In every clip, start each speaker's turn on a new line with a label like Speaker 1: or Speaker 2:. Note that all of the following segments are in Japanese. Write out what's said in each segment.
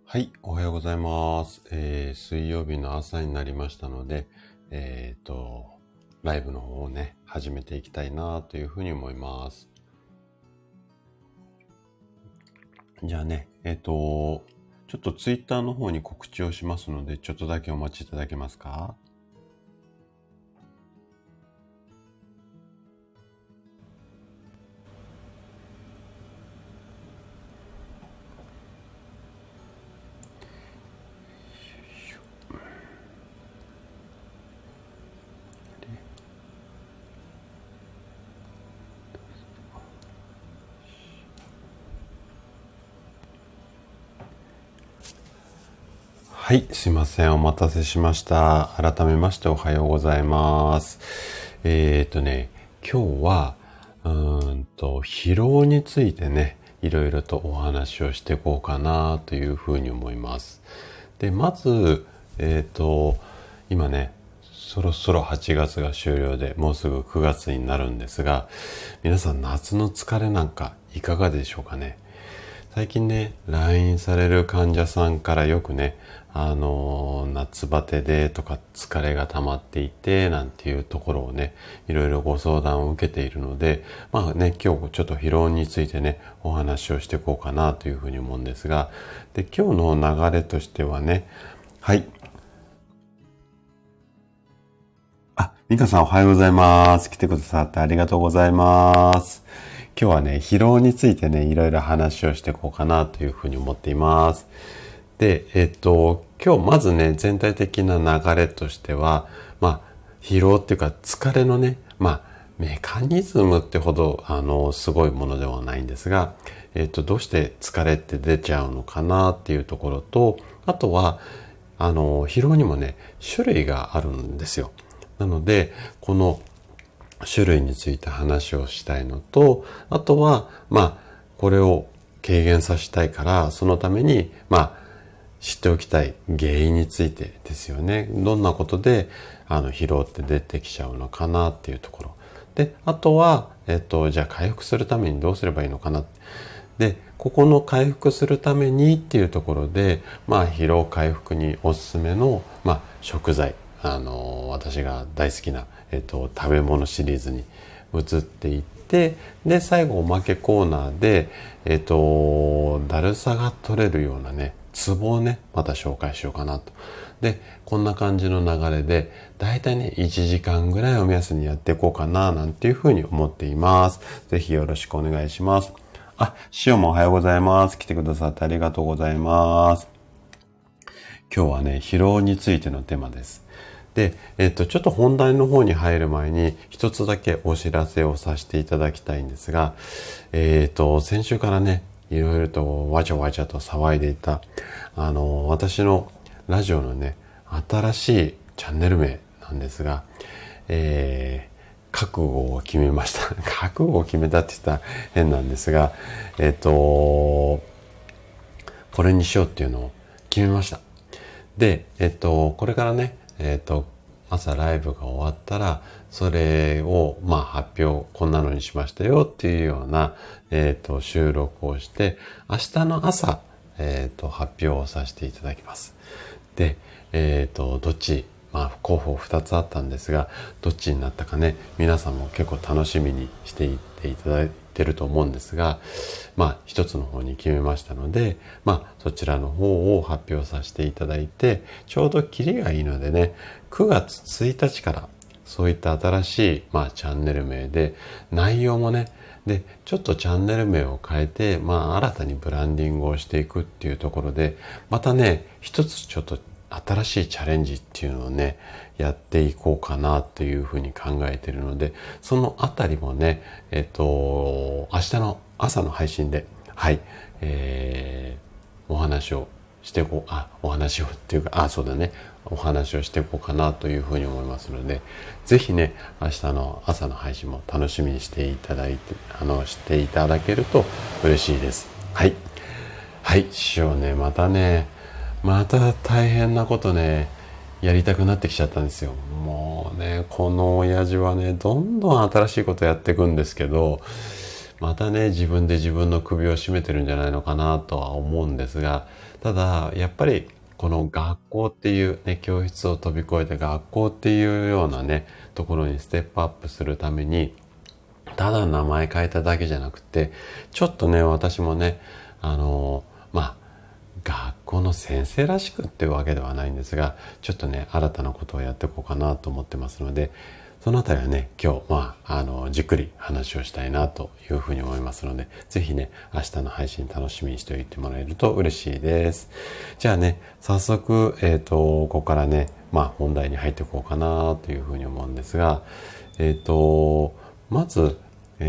Speaker 1: はい、おはようございます。水曜日の朝になりましたので、ライブの方をね、始めていきたいなというふうに思います。じゃあね、ちょっとツイッターの方に告知をしますので、ちょっとだけお待ちいただけますか？はい、すいません。お待たせしました。改めましておはようございます。今日は、疲労についてね、いろいろとお話をしていこうかなというふうに思います。で、まず、今ね、そろそろ8月が終了で、もうすぐ9月になるんですが、皆さん夏の疲れなんかいかがでしょうかね。最近ね、来院される患者さんからよくね、夏バテでとか疲れが溜まっていてなんていうところをね、いろいろご相談を受けているので、まあね、今日ちょっと疲労についてね、お話をしていこうかなというふうに思うんですが、で、今日の流れとしてはね、はい。ミカさんおはようございます。来てくださってありがとうございます。今日はね、疲労についてね、いろいろ話をしていこうかなというふうに思っています。で、今日まずね、全体的な流れとしては、疲労っていうか疲れのね、メカニズムってほど、すごいものではないんですが、どうして疲れって出ちゃうのかなっていうところと、あとは、疲労にもね、種類があるんですよ。なので、この種類について話をしたいのと、あとは、これを軽減させたいから、そのために、知っておきたい原因についてですよね。どんなことで、疲労って出てきちゃうのかなっていうところ。で、あとは、じゃあ回復するためにどうすればいいのかな。で、ここの回復するためにっていうところで、疲労回復におすすめの、食材。私が大好きな、食べ物シリーズに移っていって、で、最後おまけコーナーで、だるさが取れるようなね、ツボをね、また紹介しようかなと。で、こんな感じの流れで、だいたいね、1時間ぐらいを目安にやっていこうかな、なんていうふうに思っています。ぜひよろしくお願いします。シオもおはようございます。来てくださってありがとうございます。今日はね、疲労についてのテーマです。で、ちょっと本題の方に入る前に、一つだけお知らせをさせていただきたいんですが、先週からね、いろいろとわちゃわちゃと騒いでいた、私のラジオのね、新しいチャンネル名なんですが、覚悟を決めました。覚悟を決めたって言ったら変なんですが、これにしようっていうのを決めました。で、これからね、朝ライブが終わったら、それを、発表、こんなのにしましたよっていうような、収録をして、明日の朝、発表をさせていただきます。で、どっち、候補2つあったんですが、どっちになったかね、皆さんも結構楽しみにしていっていただいてると思うんですが、一つの方に決めましたので、そちらの方を発表させていただいて、ちょうどキリがいいのでね、9月1日からそういった新しい、チャンネル名で、内容もね、で、ちょっとチャンネル名を変えて、新たにブランディングをしていくっていうところで、またね、一つちょっと新しいチャレンジっていうのをね、やっていこうかなというふうに考えているので、そのあたりもね、明日の朝の配信で、はい、お話をしていこう、お話をっていうか、そうだね、お話をしていこうかなというふうに思いますので、ぜひね、明日の朝の配信も楽しみにしていただいて、していただけると嬉しいです。はい。はい、師匠ね、また大変なことね、やりたくなってきちゃったんですよ。もうね、この親父はね、どんどん新しいことやっていくんですけど、 またね、自分で自分の首を絞めてるんじゃないのかなとは思うんですが、ただ、やっぱり、この学校っていうね、教室を飛び越えて学校っていうようなね、ところにステップアップするために、ただ名前変えただけじゃなくて、ちょっとね、私もね、まあ、学校の先生らしくっていうわけではないんですが、ちょっとね、新たなことをやっていこうかなと思ってますので、そのあたりはね、今日、じっくり話をしたいなというふうに思いますので、ぜひね、明日の配信楽しみにしておいてもらえると嬉しいです。じゃあね、早速、ここからね、本題に入っていこうかなというふうに思うんですが、まず、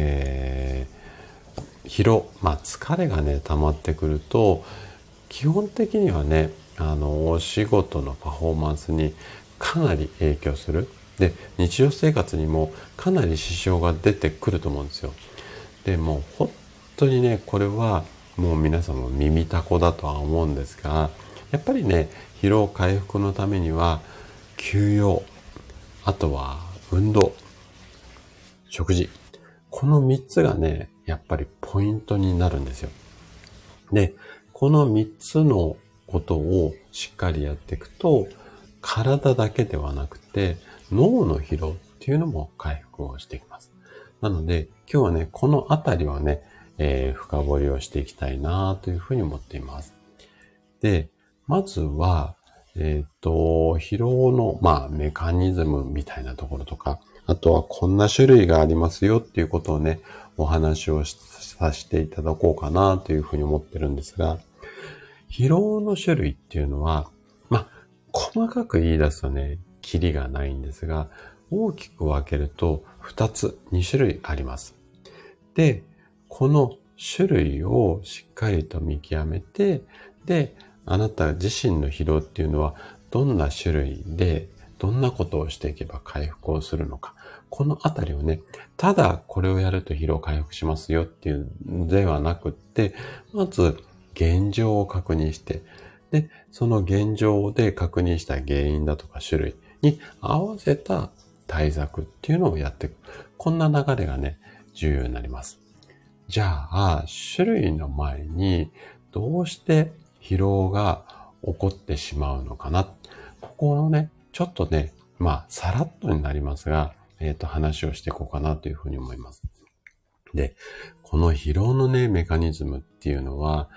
Speaker 1: 疲労、疲れがね、溜まってくると、基本的にはね、お仕事のパフォーマンスにかなり影響する。で、日常生活にもかなり支障が出てくると思うんですよ。で、もう本当にね、これはもう皆さんも耳たこだとは思うんですが、やっぱりね、疲労回復のためには、休養、あとは運動、食事。この3つがね、やっぱりポイントになるんですよ。で、この3つのことをしっかりやっていくと、体だけではなくて、脳の疲労っていうのも回復をしていきます。なので、今日はね、このあたりはね、深掘りをしていきたいなというふうに思っています。で、まずは、疲労の、メカニズムみたいなところとか、あとはこんな種類がありますよっていうことをね、お話をさせていただこうかなというふうに思ってるんですが、疲労の種類っていうのは、細かく言い出すとね、キリがないんですが、大きく分けると2種類あります。で、この種類をしっかりと見極めて、で、あなた自身の疲労っていうのはどんな種類で、どんなことをしていけば回復をするのか。このあたりをね、ただこれをやると疲労回復しますよっていうのではなくって、まず現状を確認して、で、その現状で確認した原因だとか種類に合わせた対策っていうのをやっていく。こんな流れがね、重要になります。じゃあ、種類の前にどうして疲労が起こってしまうのかな。ここのね、ちょっとね、さらっとになりますが、話をしていこうかなというふうに思います。で、この疲労のね、メカニズムっていうのは、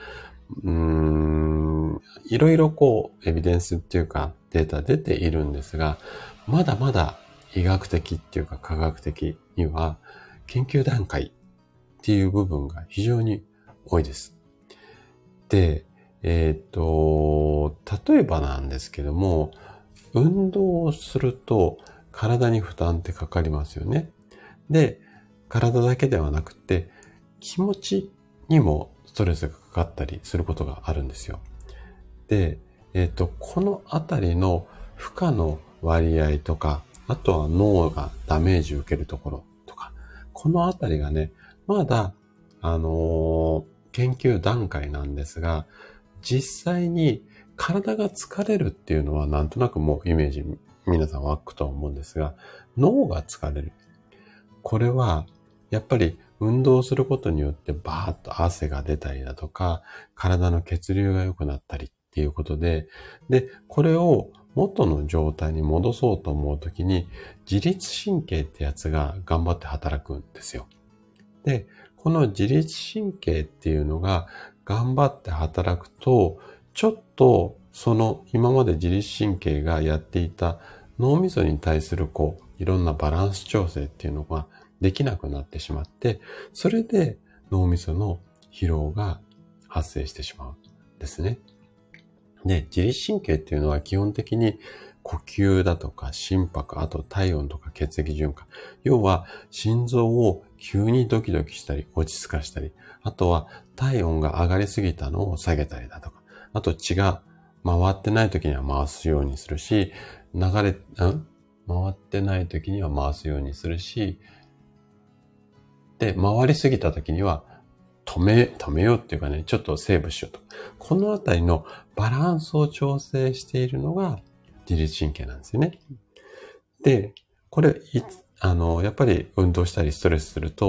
Speaker 1: いろいろエビデンスっていうかデータ出ているんですが、まだまだ医学的っていうか科学的には研究段階っていう部分が非常に多いです。で、例えばなんですけども、運動をすると体に負担ってかかりますよね。で、体だけではなくて気持ちにもストレスがかかったりすることがあるんですよ。で、このあたりの負荷の割合とか、あとは脳がダメージを受けるところとか、このあたりがね、まだ、研究段階なんですが、実際に体が疲れるっていうのはなんとなくもうイメージ皆さん湧くと思うんですが、脳が疲れる。これはやっぱり運動することによってバーッと汗が出たりだとか、体の血流が良くなったりっていうことで、これを元の状態に戻そうと思うときに、自律神経ってやつが頑張って働くんですよ。で、この自律神経っていうのが頑張って働くと、ちょっとその今まで自律神経がやっていた脳みそに対するいろんなバランス調整っていうのができなくなってしまって、それで脳みその疲労が発生してしまうんですね。で、自律神経っていうのは基本的に呼吸だとか心拍、あと体温とか血液循環。要は心臓を急にドキドキしたり落ち着かしたり、あとは体温が上がりすぎたのを下げたりだとか、あと血が回ってない時には回すようにするし、回ってない時には回すようにするし、で、回りすぎた時には止めようっていうかね、ちょっとセーブしようと。このあたりのバランスを調整しているのが自律神経なんですよね。で、これ、やっぱり運動したりストレスすると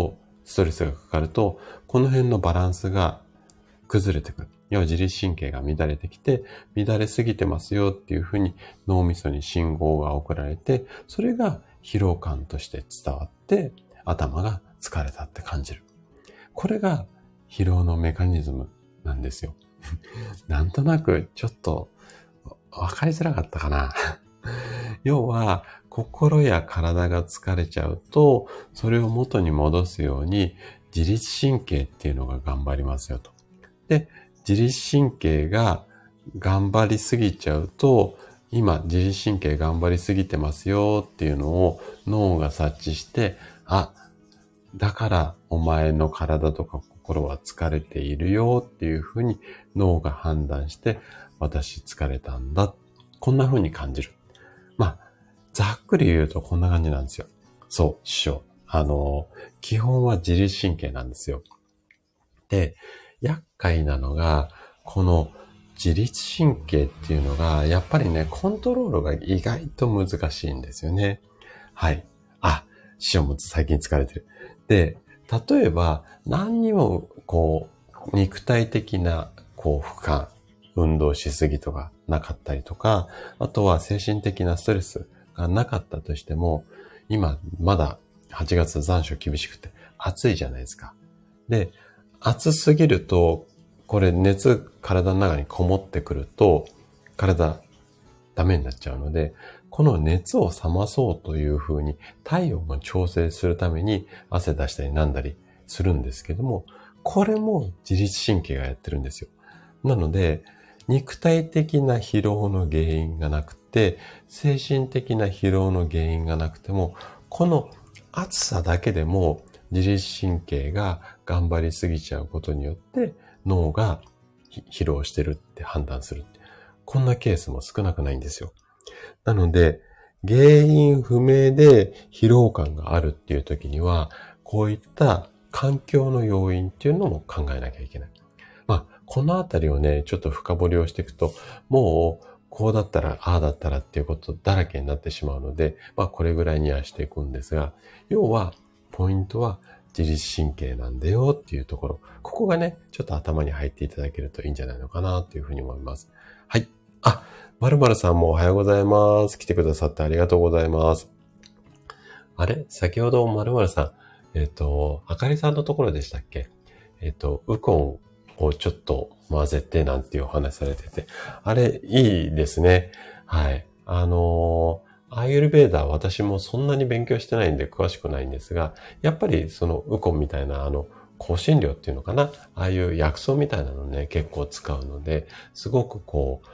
Speaker 1: ストレスがかかると、この辺のバランスが崩れてくる。要は自律神経が乱れてきて、乱れすぎてますよっていうふうに脳みそに信号が送られて、それが疲労感として伝わって、頭が疲れたって感じる。これが疲労のメカニズムなんですよ。なんとなくちょっと分かりづらかったかな。要は、心や体が疲れちゃうと、それを元に戻すように、自律神経っていうのが頑張りますよと。で、自律神経が頑張りすぎちゃうと、今自律神経頑張りすぎてますよっていうのを脳が察知して、あ、だからお前の体とか心は疲れているよっていうふうに脳が判断して、私疲れたんだ。こんなふうに感じる。まあ、ざっくり言うとこんな感じなんですよ。そう、師匠。基本は自律神経なんですよ。で、厄介なのが、この自律神経っていうのが、やっぱりね、コントロールが意外と難しいんですよね。はい。あ、師匠も最近疲れてる。で、例えば、何にも、肉体的な、負荷、運動しすぎとかなかったりとか、あとは精神的なストレスがなかったとしても、今、まだ8月残暑厳しくて暑いじゃないですか。で、暑すぎると、これ熱体の中にこもってくると、体ダメになっちゃうので、この熱を冷まそうというふうに体温を調整するために汗出したりなんだりするんですけども、これも自律神経がやってるんですよ。なので、肉体的な疲労の原因がなくて、精神的な疲労の原因がなくても、この暑さだけでも自律神経が頑張りすぎちゃうことによって脳が疲労してるって判断する。こんなケースも少なくないんですよ。なので、原因不明で疲労感があるっていう時には、こういった環境の要因っていうのも考えなきゃいけない。まあ、このあたりをね、ちょっと深掘りをしていくと、もう、こうだったら、ああだったらっていうことだらけになってしまうので、まあ、これぐらいにはしていくんですが、要は、ポイントは自律神経なんだよっていうところ。ここがね、ちょっと頭に入っていただけるといいんじゃないのかなというふうに思います。はい。あ、〇〇さんもおはようございます。来てくださってありがとうございます。あれ先ほど〇〇さん、あかりさんのところでしたっけウコンをちょっと混ぜてなんていうお話されてて、あれ、いいですね。はい。アーユルヴェーダー私もそんなに勉強してないんで詳しくないんですが、やっぱりそのウコンみたいな香辛料っていうのかな、ああいう薬草みたいなのね、結構使うので、すごく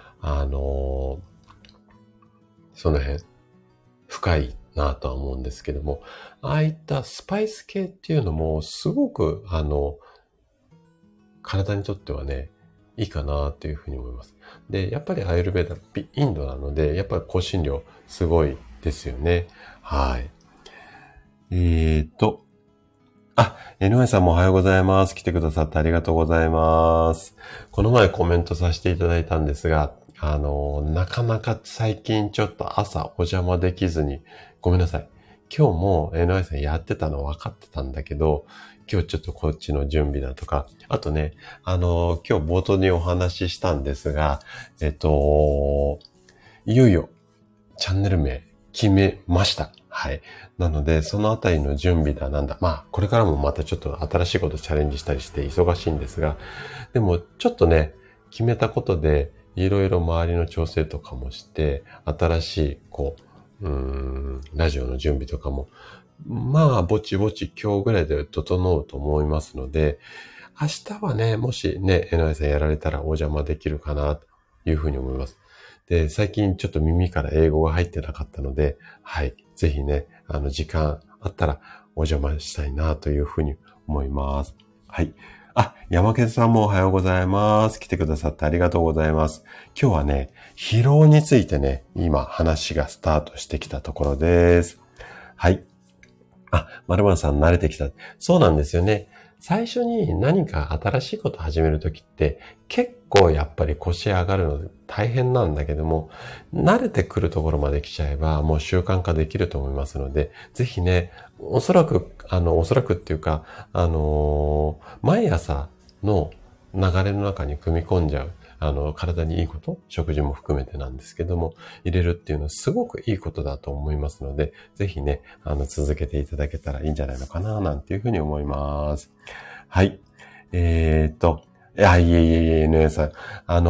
Speaker 1: その辺、深いなとは思うんですけども、ああいったスパイス系っていうのも、すごく、体にとってはね、いいかなというふうに思います。で、やっぱりアイルベーダ、インドなので、やっぱり香辛料すごいですよね。はい。NY さんもおはようございます。来てくださってありがとうございます。この前コメントさせていただいたんですが、なかなか最近ちょっと朝お邪魔できずに、ごめんなさい。今日も NY さんやってたの分かってたんだけど、今日ちょっとこっちの準備だとか、あとね、今日冒頭にお話ししたんですが、いよいよチャンネル名決めました。はい。なので、そのあたりの準備だなんだ。まあ、これからもまたちょっと新しいことチャレンジしたりして忙しいんですが、でもちょっとね、決めたことで、いろいろ周りの調整とかもして、新しい、ラジオの準備とかも、まあ、ぼちぼち今日ぐらいで整うと思いますので、明日はね、もしね、NY さんやられたらお邪魔できるかな、というふうに思います。で、最近ちょっと耳から英語が入ってなかったので、はい。ぜひね、時間あったらお邪魔したいなというふうに思います。はい。あ、山毛さんもおはようございます。来てくださってありがとうございます。今日はね、疲労についてね、今話がスタートしてきたところです。はい。あ、〇〇さん慣れてきた。そうなんですよね。最初に何か新しいことを始めるときって結構やっぱり腰上がるので大変なんだけども、慣れてくるところまで来ちゃえばもう習慣化できると思いますので、ぜひね、おそらくっていうか、毎朝の流れの中に組み込んじゃう、体にいいこと、食事も含めてなんですけども、入れるっていうのはすごくいいことだと思いますので、ぜひね、続けていただけたらいいんじゃないのかな、なんていうふうに思います。はい。いや、いえいえいえ、井上さん。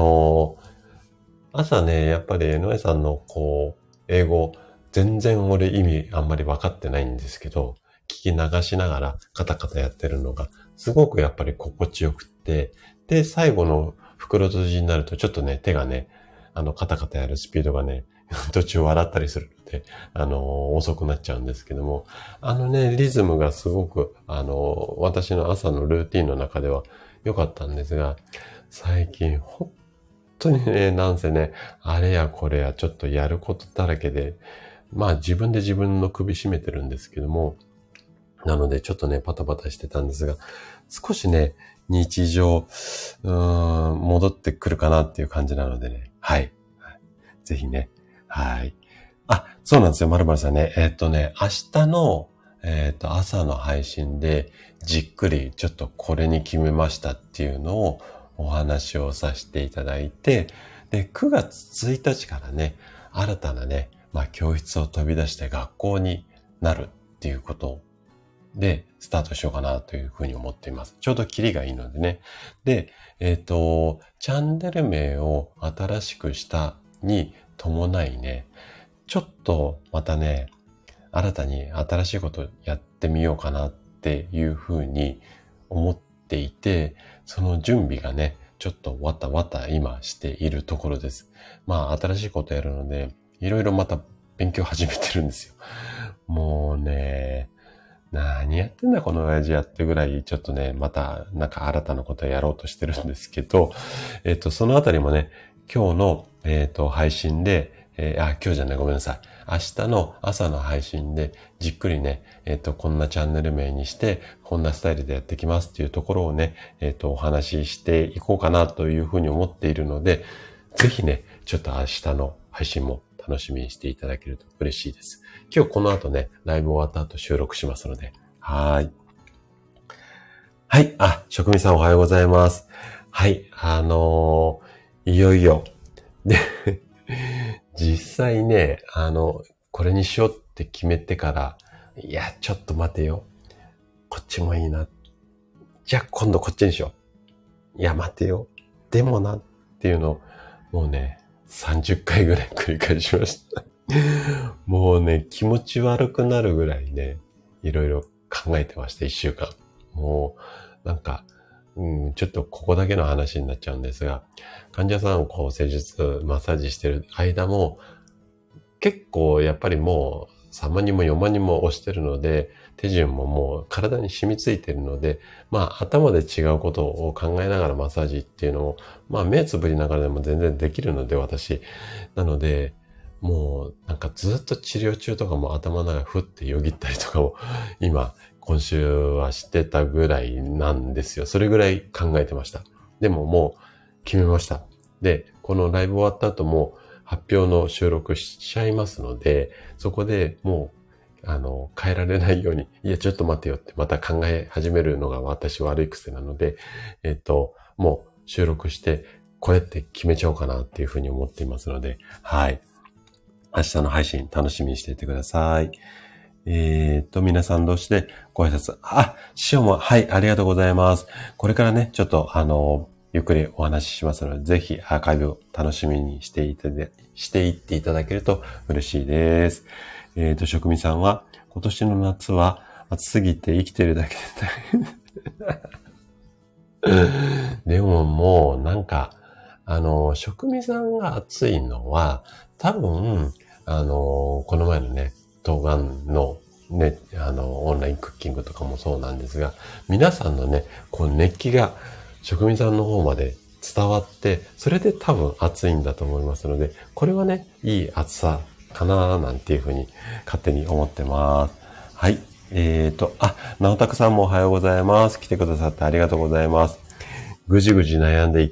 Speaker 1: 朝ね、やっぱり井上さんの英語、全然俺意味あんまり分かってないんですけど、聞き流しながらカタカタやってるのが、すごくやっぱり心地よくって、で、最後の袋閉じになるとちょっとね、手がね、カタカタやるスピードがね、途中笑ったりするので、遅くなっちゃうんですけども、リズムがすごく、私の朝のルーティンの中では良かったんですが、最近、本当にね、なんせね、あれやこれやちょっとやることだらけで、まあ自分で自分の首絞めてるんですけども、なのでちょっとね、パタパタしてたんですが、少しね、日常、戻ってくるかなっていう感じなのでね、はい。ぜひね、はい。あ、そうなんですよ、まるまるさんね。明日の、朝の配信で、じっくりちょっとこれに決めましたっていうのをお話をさせていただいて、で、9月1日からね、新たなね、教室を飛び出して学校になるっていうことで、スタートしようかなというふうに思っています。ちょうどキリがいいのでね。で、チャンネル名を新しくしたに伴いね、ちょっとまたね、新たに新しいことをやってみようかなっていうふうに思っていて、その準備がね、ちょっとわたわた今しているところです。まあ、新しいことやるので、いろいろまた勉強始めてるんですよ。もうね、何やってんだこの親父やってぐらい、ちょっとね、またなんか新たなことをやろうとしてるんですけど、そのあたりもね、今日の、配信で、今日じゃない、ごめんなさい。明日の朝の配信で、じっくりね、こんなチャンネル名にして、こんなスタイルでやってきますっていうところをね、お話ししていこうかなというふうに思っているので、ぜひね、ちょっと明日の配信も楽しみにしていただけると嬉しいです。今日この後ね、ライブ終わった後収録しますので。はい。はい。あ、職味さんおはようございます。はい。いよいよ。で、実際ね、これにしようって決めてから、いや、ちょっと待てよ。こっちもいいな。じゃあ今度こっちにしよう。いや、待てよ。でもなっていうのを、もうね、30回ぐらい繰り返しました。もうね、気持ち悪くなるぐらいね、いろいろ考えてました、一週間。もう、なんか、ちょっとここだけの話になっちゃうんですが、患者さんを施術、マッサージしてる間も、結構やっぱりもう3万人も4万人も押してるので、手順ももう体に染みついてるので、頭で違うことを考えながらマッサージっていうのを、目つぶりながらでも全然できるので、私。なので、もうなんかずっと治療中とかも頭の中ふってよぎったりとかも、今週はしてたぐらいなんですよ。それぐらい考えてました。でももう決めました。で、このライブ終わった後も、発表の収録しちゃいますので、そこでもう、変えられないように、いや、ちょっと待てよって、また考え始めるのが私悪い癖なので、もう収録して、これって決めちゃおうかなっていうふうに思っていますので、はい。明日の配信楽しみにしていてください。皆さん同士でご挨拶。あ、師匠も、はい、ありがとうございます。これからね、ちょっと、ゆっくりお話ししますので、ぜひアーカイブを楽しみにしていっていただけると嬉しいです。職味さんは、今年の夏は暑すぎて生きてるだけで大変。でももう、なんか、職味さんが暑いのは、多分、この前のね、当願のね、オンラインクッキングとかもそうなんですが、皆さんのね、こう熱気が職人さんの方まで伝わって、それで多分暑いんだと思いますので、これはね、いい暑さかななんていうふうに勝手に思ってます。はい。直拓さんもおはようございます。来てくださってありがとうございます。ぐじぐじ悩んでいた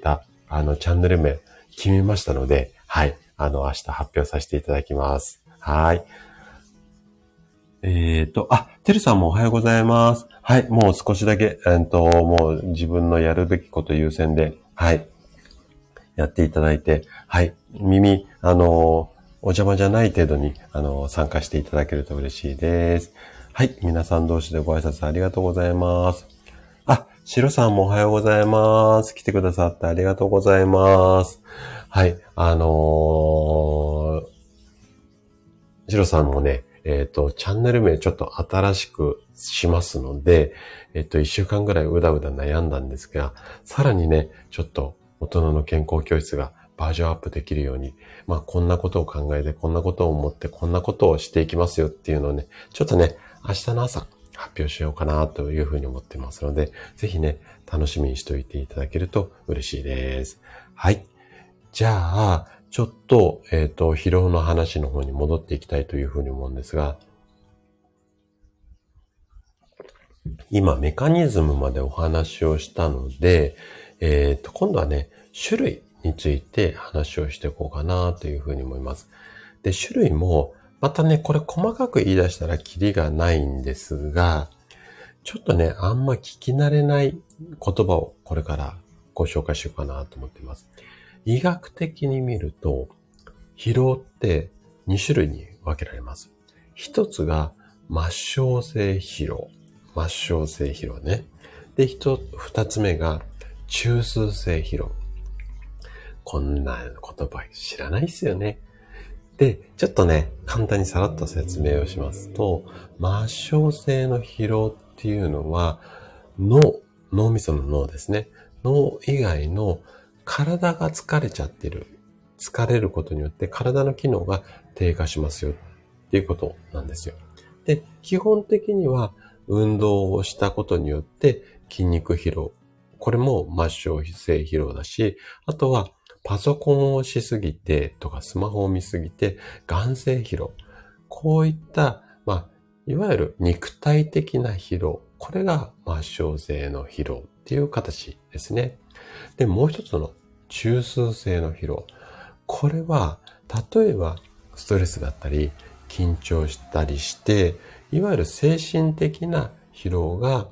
Speaker 1: チャンネル名決めましたので、はい。明日発表させていただきます。はい。てるさんもおはようございます。はい。もう少しだけ、もう自分のやるべきこと優先で、はい。やっていただいて、はい。お邪魔じゃない程度に、参加していただけると嬉しいです。はい。皆さん同士でご挨拶ありがとうございます。シロさんもおはようございます。来てくださってありがとうございます。はい。シロさんもね、チャンネル名ちょっと新しくしますので、一週間ぐらいうだうだ悩んだんですが、さらにね、ちょっと大人の健康教室がバージョンアップできるように、こんなことを考えて、こんなことを思って、こんなことをしていきますよっていうのをね、ちょっとね、明日の朝発表しようかなというふうに思ってますので、ぜひね、楽しみにしておいていただけると嬉しいです。はい。じゃあ、ちょっと、疲労の話の方に戻っていきたいというふうに思うんですが、今、メカニズムまでお話をしたので、今度はね、種類について話をしていこうかなというふうに思います。で、種類も、またね、これ細かく言い出したらキリがないんですが、ちょっとね、あんま聞き慣れない言葉をこれからご紹介しようかなと思っています。医学的に見ると、疲労って2種類に分けられます。一つが末梢性疲労。末梢性疲労ね。で、二つ目が中枢性疲労。こんな言葉知らないっすよね。で、ちょっとね、簡単にさらっと説明をしますと、末梢性の疲労っていうのは、脳みその脳ですね。脳以外の体が疲れちゃってる。疲れることによって体の機能が低下しますよっていうことなんですよ。で、基本的には運動をしたことによって筋肉疲労。これも末梢性疲労だし、あとはパソコンをしすぎてとかスマホを見すぎて眼性疲労。こういった、いわゆる肉体的な疲労。これが末梢性の疲労っていう形ですね。で、もう一つの中枢性の疲労。これは、例えばストレスだったり、緊張したりして、いわゆる精神的な疲労が、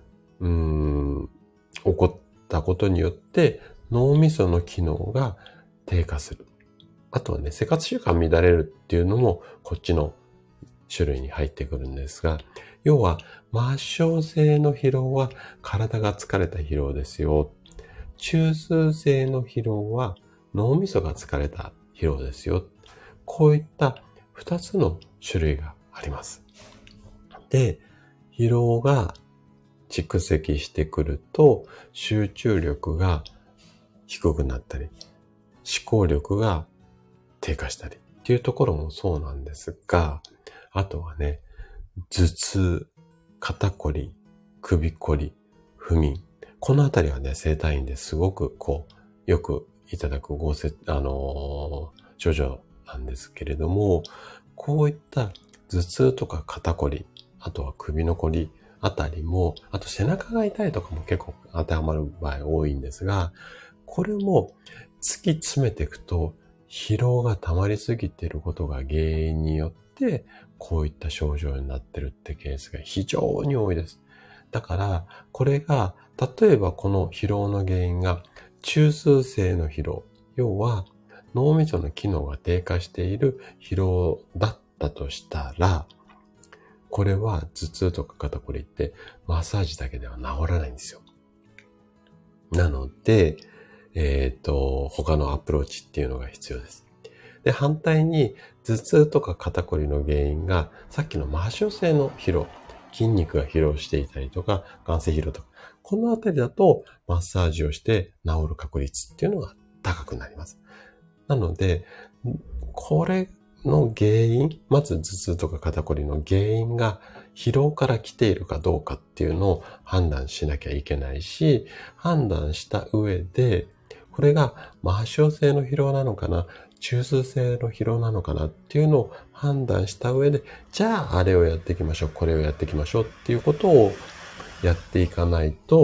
Speaker 1: 起こったことによって脳みその機能が低下する。あとはね、生活習慣乱れるっていうのもこっちの種類に入ってくるんですが、要は末梢性の疲労は体が疲れた疲労ですよ。中枢性の疲労は脳みそが疲れた疲労ですよ。こういった2つの種類があります。で、疲労が蓄積してくると集中力が低くなったり、思考力が低下したりっていうところもそうなんですが、あとはね、頭痛、肩こり、首こり、不眠。このあたりはね、整体院ですごくよくいただく症状なんですけれども、こういった頭痛とか肩こり、あとは首のこりあたりも、あと背中が痛いとかも結構当てはまる場合多いんですが、これも突き詰めていくと疲労が溜まりすぎていることが原因によってこういった症状になってるってケースが非常に多いです。だからこれが例えばこの疲労の原因が中枢性の疲労、要は脳みその機能が低下している疲労だったとしたら、これは頭痛とか肩こりってマッサージだけでは治らないんですよ。なので、他のアプローチっていうのが必要です。で、反対に頭痛とか肩こりの原因がさっきの末梢性の疲労、筋肉が疲労していたりとか、眼性疲労とか、このあたりだとマッサージをして治る確率っていうのが高くなります。なので、これの原因、まず頭痛とか肩こりの原因が疲労から来ているかどうかっていうのを判断しなきゃいけないし、判断した上で、これが末梢性の疲労なのかな、中枢性の疲労なのかなっていうのを判断した上で、じゃああれをやっていきましょう、これをやっていきましょうっていうことをやっていかないと、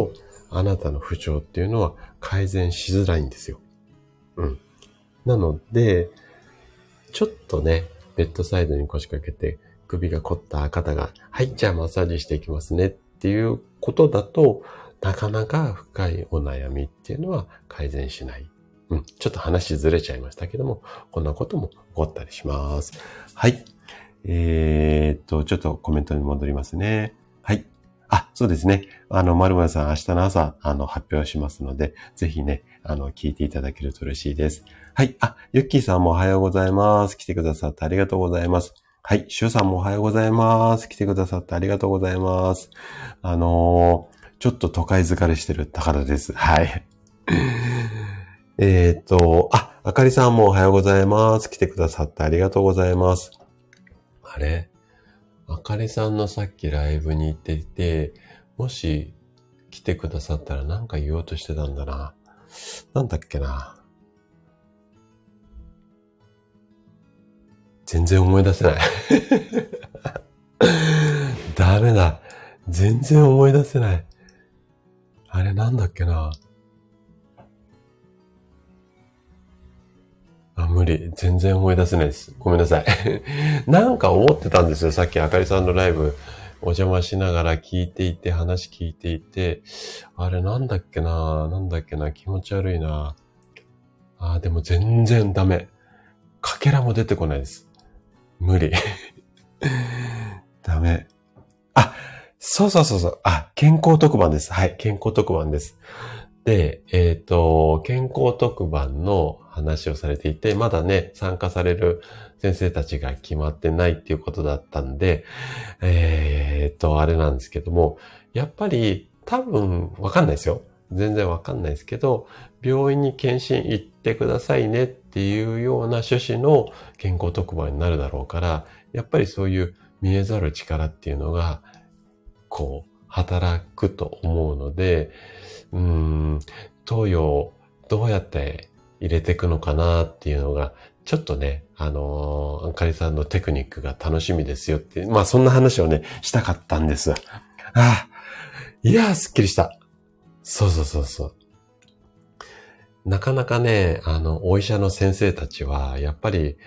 Speaker 1: あなたの不調っていうのは改善しづらいんですよ。うん。なので、ちょっとね、ベッドサイドに腰掛けて首が凝った方が、はい、じゃあマッサージしていきますねっていうことだと、なかなか深いお悩みっていうのは改善しない。ちょっと話ずれちゃいましたけども、こんなことも起こったりします。はい。ちょっとコメントに戻りますね。はい。そうですね。〇〇さん明日の朝、発表しますので、ぜひね、聞いていただけると嬉しいです。はい。ゆっきーさんもおはようございます。来てくださってありがとうございます。はい。しゅうさんもおはようございます。来てくださってありがとうございます。ちょっと都会疲れしてる高田です。はい。あかりさんもおはようございます。来てくださってありがとうございます。あれ？あかりさんのさっきライブに行っていて、もし来てくださったらなんか言おうとしてたんだな。なんだっけな。全然思い出せない。ダメだ。全然思い出せない。あれなんだっけな。無理。全然思い出せないです。ごめんなさい。なんか思ってたんですよ。さっきあかりさんのライブお邪魔しながら聞いていて、話聞いていて、あれなんだっけな、気持ち悪いな。でも全然ダメ。かけらも出てこないです。無理。ダメ。そう。健康特番です。はい、健康特番です。で、健康特番の話をされていて、まだね、参加される先生たちが決まってないっていうことだったんで、あれなんですけども、やっぱり多分わかんないですよ。全然わかんないですけど、病院に検診行ってくださいねっていうような趣旨の健康特番になるだろうから、やっぱりそういう見えざる力っていうのが、働くと思うので、投与どうやって入れていくのかなっていうのが、ちょっとね、あかりさんのテクニックが楽しみですよって、そんな話をね、したかったんです。いやー、すっきりした。そう。なかね、お医者の先生たちは、やっぱり、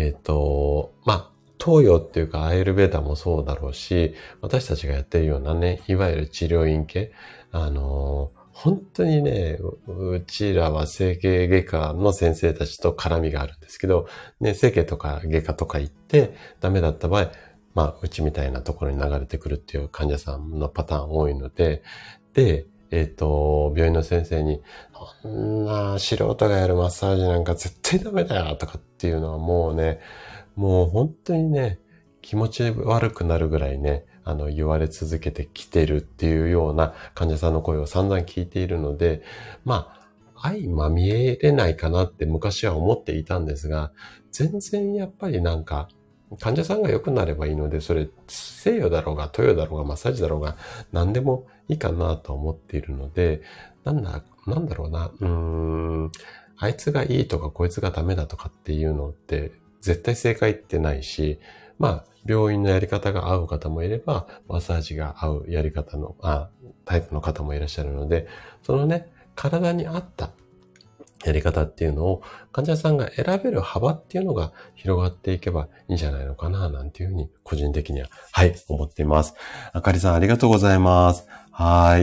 Speaker 1: 東洋っていうか、アイルベーダもそうだろうし、私たちがやってるようなね、いわゆる治療院系、本当にね、うちらは整形外科の先生たちと絡みがあるんですけど、ね、整形とか外科とか行ってダメだった場合、うちみたいなところに流れてくるっていう患者さんのパターン多いので、で、病院の先生に、そんな素人がやるマッサージなんか絶対ダメだよとかっていうのはもうね、もう本当にね、気持ち悪くなるぐらいね、言われ続けてきてるっていうような患者さんの声を散々聞いているので、相まみえれないかなって昔は思っていたんですが、全然やっぱりなんか、患者さんが良くなればいいので、それ西洋だろうが東洋だろうがマッサージだろうが何でもいいかなと思っているので、なんだろうな、あいつがいいとかこいつがダメだとかっていうのって絶対正解ってないし、病院のやり方が合う方もいれば、マッサージが合うやり方の、タイプの方もいらっしゃるので、そのね、体に合ったやり方っていうのを患者さんが選べる幅っていうのが広がっていけばいいんじゃないのかななんていうふうに個人的には思っています。あかりさんありがとうございます。はい。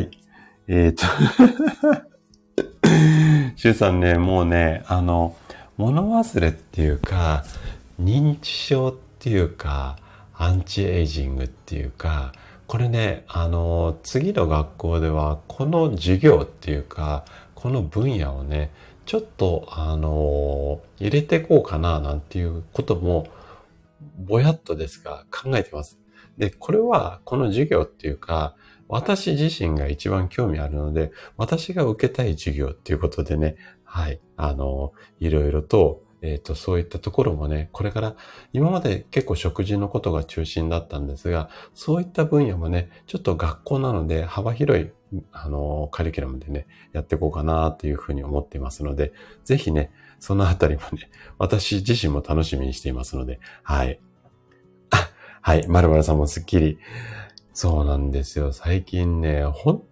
Speaker 1: しゅうさんね、もうね、物忘れっていうか、認知症っていうか、アンチエイジングっていうか、これね、次の学校では、この授業っていうか、この分野をね、ちょっと、入れていこうかな、なんていうことも、ぼやっとですが考えてます。で、これは、この授業っていうか、私自身が一番興味あるので、私が受けたい授業っていうことでね、いろいろと、そういったところもね、これから今まで結構食事のことが中心だったんですが、そういった分野もね、ちょっと学校なので幅広い、カリキュラムでね、やっていこうかなというふうに思っていますので、ぜひね、そのあたりもね、私自身も楽しみにしていますので、はい。はい、まるまるさんもスッキリ。そうなんですよ。最近ね、本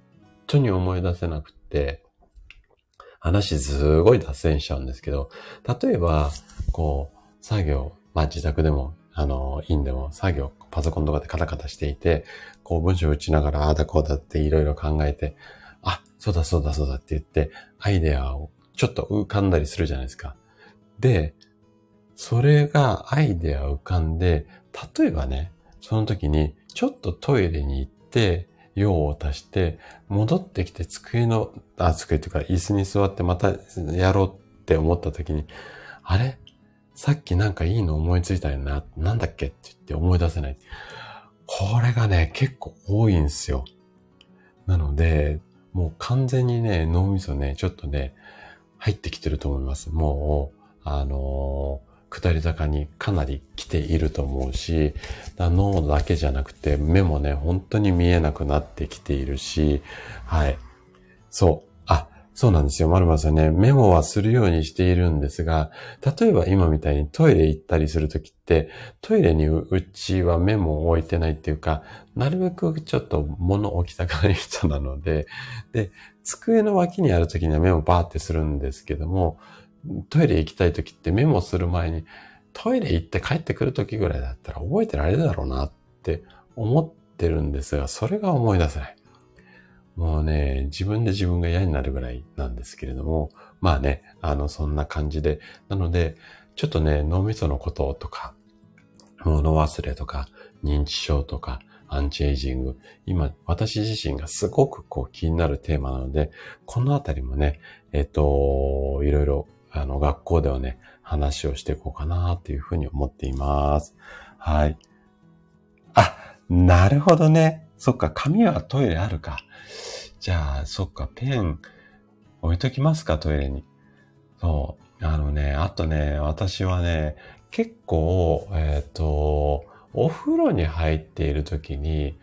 Speaker 1: 当に思い出せなくて、話すごい脱線しちゃうんですけど、例えば、作業、自宅でも、院でも作業、パソコンとかでカタカタしていて、文章を打ちながら、ああだこうだっていろいろ考えて、あ、そうだそうだそうだって言って、アイデアをちょっと浮かんだりするじゃないですか。で、それがアイデア浮かんで、例えばね、その時にちょっとトイレに行って、用を足して、戻ってきて机っていうか椅子に座ってまたやろうって思った時に、あれさっきなんかいいの思いついたよな、なんだっけって言って思い出せない。これがね、結構多いんですよ。なので、もう完全にね、脳みそね、ちょっとね、入ってきてると思います。もう、下り坂にかなり来ていると思うし、脳だけじゃなくて目もね、本当に見えなくなってきているし、はい。そう。そうなんですよ。まるまるさんね、メモはするようにしているんですが、例えば今みたいにトイレ行ったりするときって、トイレにうちはメモを置いてないっていうか、なるべくちょっと物置きたくない人なので、で、机の脇にあるときにはメモバーってするんですけども、トイレ行きたいときってメモする前に、トイレ行って帰ってくるときぐらいだったら覚えてられるだろうなって思ってるんですが、それが思い出せない。もうね、自分で自分が嫌になるぐらいなんですけれども、まあね、そんな感じで、なので、ちょっとね、脳みそのこととか、物忘れとか、認知症とか、アンチエイジング、今、私自身がすごく気になるテーマなので、このあたりもね、いろいろ、学校ではね、話をしていこうかなというふうに思っています。はい。なるほどね。そっか、紙はトイレあるか。じゃあ、そっか、ペン置いときますか、トイレに。そう。あとね、私はね、結構、お風呂に入っているときに、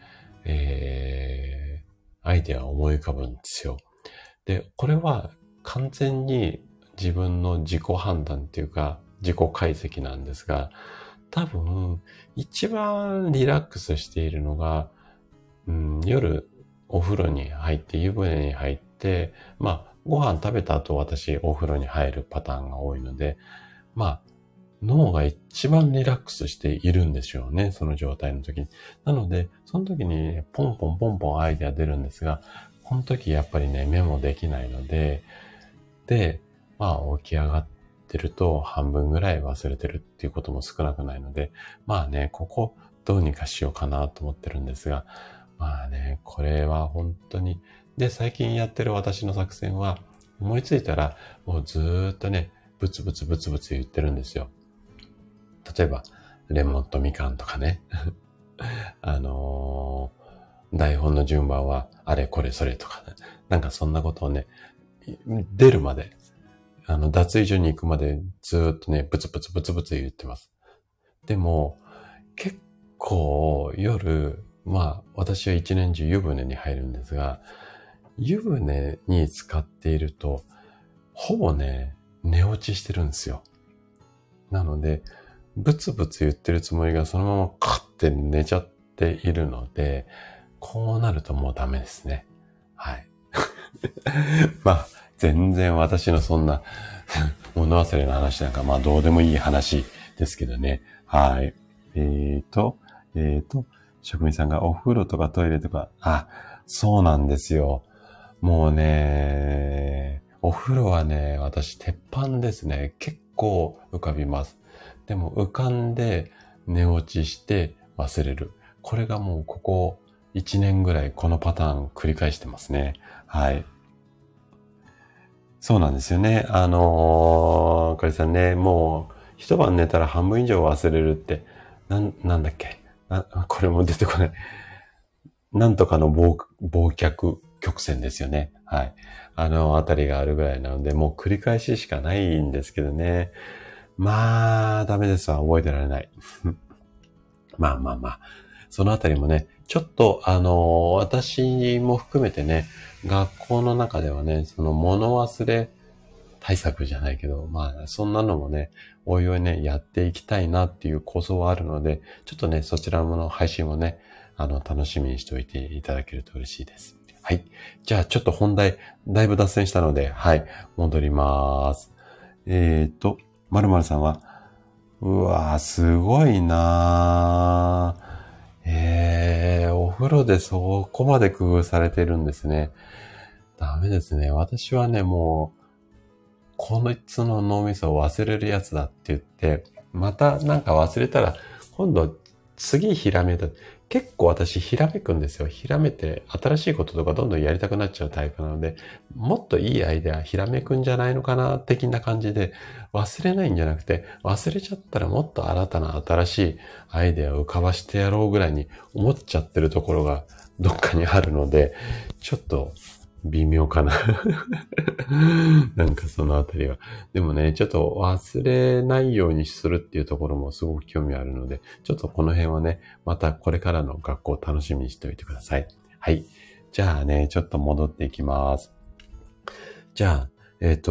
Speaker 1: アイデアを思い浮かぶんですよ。で、これは完全に自分の自己判断っていうか、自己解析なんですが、多分、一番リラックスしているのが、夜お風呂に入って、湯船に入って、ご飯食べた後私お風呂に入るパターンが多いので、脳が一番リラックスしているんでしょうね、その状態の時に。なので、その時にポンポンポンポンアイデア出るんですが、この時やっぱりね、メモできないので、で、起き上がってると半分ぐらい忘れてるっていうことも少なくないので、ここどうにかしようかなと思ってるんですが、これは本当に、で、最近やってる私の作戦は、思いついたら、もうずーっとね、ブツブツブツブツ言ってるんですよ。例えば、レモンとみかんとかね。台本の順番は、あれこれそれとかね。なんかそんなことをね、出るまで、脱衣所に行くまでずーっとね、ブツブツブツブツ言ってます。でも、結構夜、私は一年中湯船に入るんですが、湯船に浸かっていると、ほぼね、寝落ちしてるんですよ。なので、ブツブツ言ってるつもりがそのままカッて寝ちゃっているので、こうなるともうダメですね。はい。全然私のそんな物忘れの話なんか、どうでもいい話ですけどね。はい。職人さんがお風呂とかトイレとか、そうなんですよ。もうね、お風呂はね、私鉄板ですね。結構浮かびます。でも浮かんで寝落ちして忘れる。これがもうここ1年ぐらいこのパターン繰り返してますね。はい。そうなんですよね。かりさんね、もう一晩寝たら半分以上忘れるって、なんだっけこれも出てこない。なんとかの忘却曲線ですよね。はい。あたりがあるぐらいなので、もう繰り返ししかないんですけどね。ダメですわ。覚えてられない。そのあたりもね、ちょっと、私も含めてね、学校の中ではね、その物忘れ対策じゃないけど、そんなのもね、おいおいね、やっていきたいなっていう構想はあるので、ちょっとね、そちらの配信もね、楽しみにしておいていただけると嬉しいです。 はい。じゃあちょっと本題、だいぶ脱線したので、はい、戻ります。〇〇さんは、うわー、すごいなー。お風呂でそこまで工夫されてるんですね。ダメですね。私はね、もう、こいつの脳みそを忘れるやつだって言って、またなんか忘れたら、今度次ひらめいた。結構私ひらめくんですよ。ひらめて新しいこととかどんどんやりたくなっちゃうタイプなので、もっといいアイデアひらめくんじゃないのかな、的な感じで、忘れないんじゃなくて、忘れちゃったらもっと新たな新しいアイデアを浮かばしてやろうぐらいに思っちゃってるところがどっかにあるので、ちょっと微妙かな。なんかそのあたりは。でもね、ちょっと忘れないようにするっていうところもすごく興味あるので、ちょっとこの辺はね、またこれからの学校を楽しみにしておいてください。はい。じゃあね、ちょっと戻っていきます。じゃあ、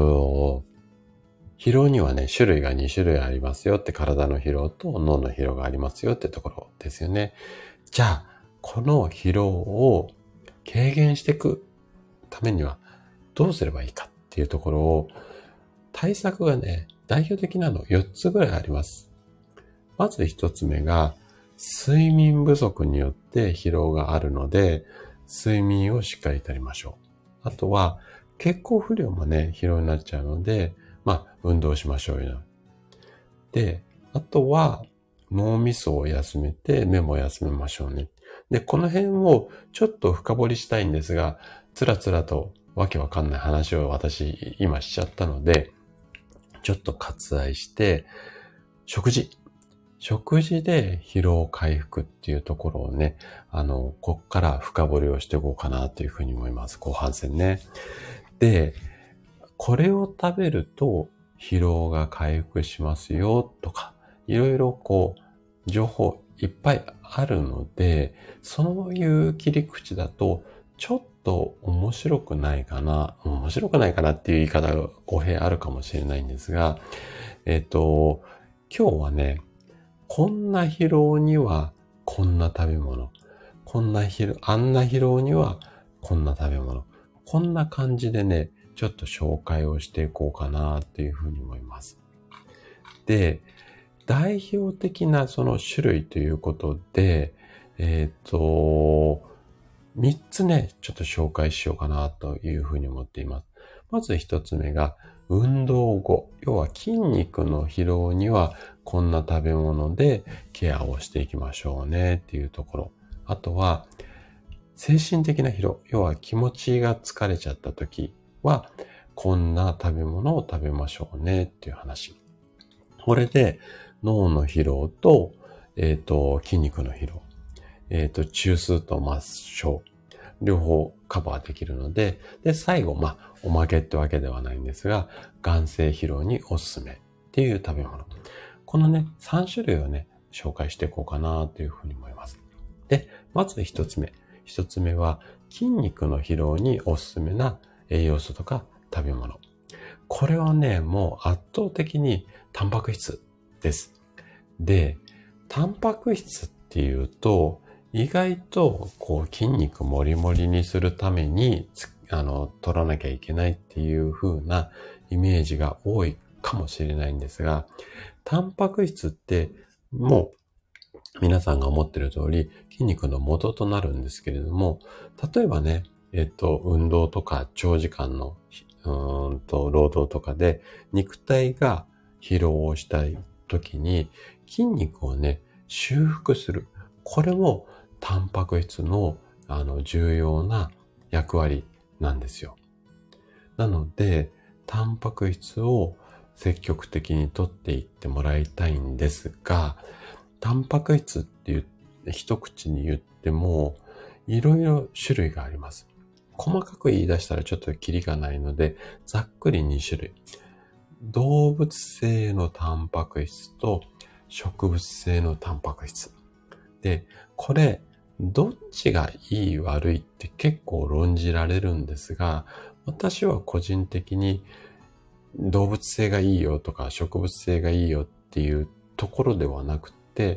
Speaker 1: 疲労にはね、種類が2種類ありますよって、体の疲労と脳の疲労がありますよってところですよね。じゃあ、この疲労を軽減していくためにはどうすればいいかっていうところを、対策がね、代表的なの4つぐらいあります。まず1つ目が、睡眠不足によって疲労があるので、睡眠をしっかりとりましょう。あとは、血行不良もね、疲労になっちゃうので、運動しましょうよ。で、あとは、脳みそを休めて、目も休めましょうね。で、この辺をちょっと深掘りしたいんですが、つらつらとわけわかんない話を私今しちゃったので、ちょっと割愛して、食事で疲労回復っていうところをね、こっから深掘りをしていこうかなというふうに思います。後半戦ね。で、これを食べると疲労が回復しますよとか、いろいろ情報いっぱいあるので、そういう切り口だと、ちょっと面白くないかなっていう言い方が語弊あるかもしれないんですが、今日はね、こんな疲労にはこんな食べ物。あんな疲労にはこんな食べ物。こんな感じでね、ちょっと紹介をしていこうかなっていうふうに思います。で、代表的なその種類ということで、3つね、ちょっと紹介しようかなというふうに思っています。まず1つ目が、運動後。要は筋肉の疲労にはこんな食べ物でケアをしていきましょうねっていうところ。あとは、精神的な疲労。要は気持ちが疲れちゃった時は、こんな食べ物を食べましょうねっていう話。これで脳の疲労と、筋肉の疲労。中枢と末梢。両方カバーできるので、で、最後、おまけってわけではないんですが、眼性疲労におすすめっていう食べ物。このね、3種類をね、紹介していこうかなというふうに思います。で、まず1つ目。1つ目は、筋肉の疲労におすすめな栄養素とか食べ物。これはね、もう圧倒的にタンパク質です。で、タンパク質っていうと、意外と筋肉もりもりにするために取らなきゃいけないっていう風なイメージが多いかもしれないんですが、タンパク質ってもう皆さんが思ってる通り筋肉の元となるんですけれども、例えばね、運動とか長時間の労働とかで肉体が疲労をしたい時に筋肉をね、修復する。これもタンパク質の重要な役割なんですよ。なので、タンパク質を積極的に取っていってもらいたいんですが、タンパク質っていう一口に言ってもいろいろ種類があります。細かく言い出したらちょっとキリがないので、ざっくり2種類。動物性のタンパク質と植物性のタンパク質。で、これ、どっちがいい悪いって結構論じられるんですが、私は個人的に動物性がいいよとか植物性がいいよっていうところではなくて、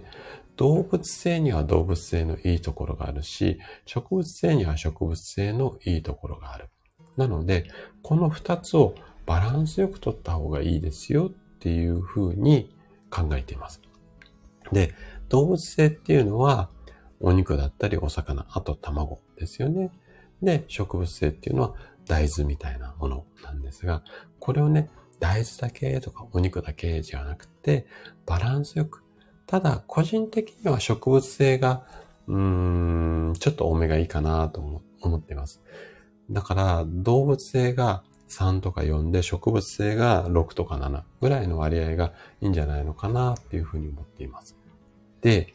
Speaker 1: 動物性には動物性のいいところがあるし、植物性には植物性のいいところがある。なので、この2つをバランスよく取った方がいいですよっていうふうに考えています。で、動物性っていうのは、お肉だったりお魚、あと卵ですよね。で、植物性っていうのは大豆みたいなものなんですが、これをね、大豆だけとかお肉だけじゃなくて、バランスよく。ただ、個人的には植物性が、ちょっと多めがいいかなと思っています。だから、動物性が3とか4で、植物性が6とか7ぐらいの割合がいいんじゃないのかなっていうふうに思っています。で、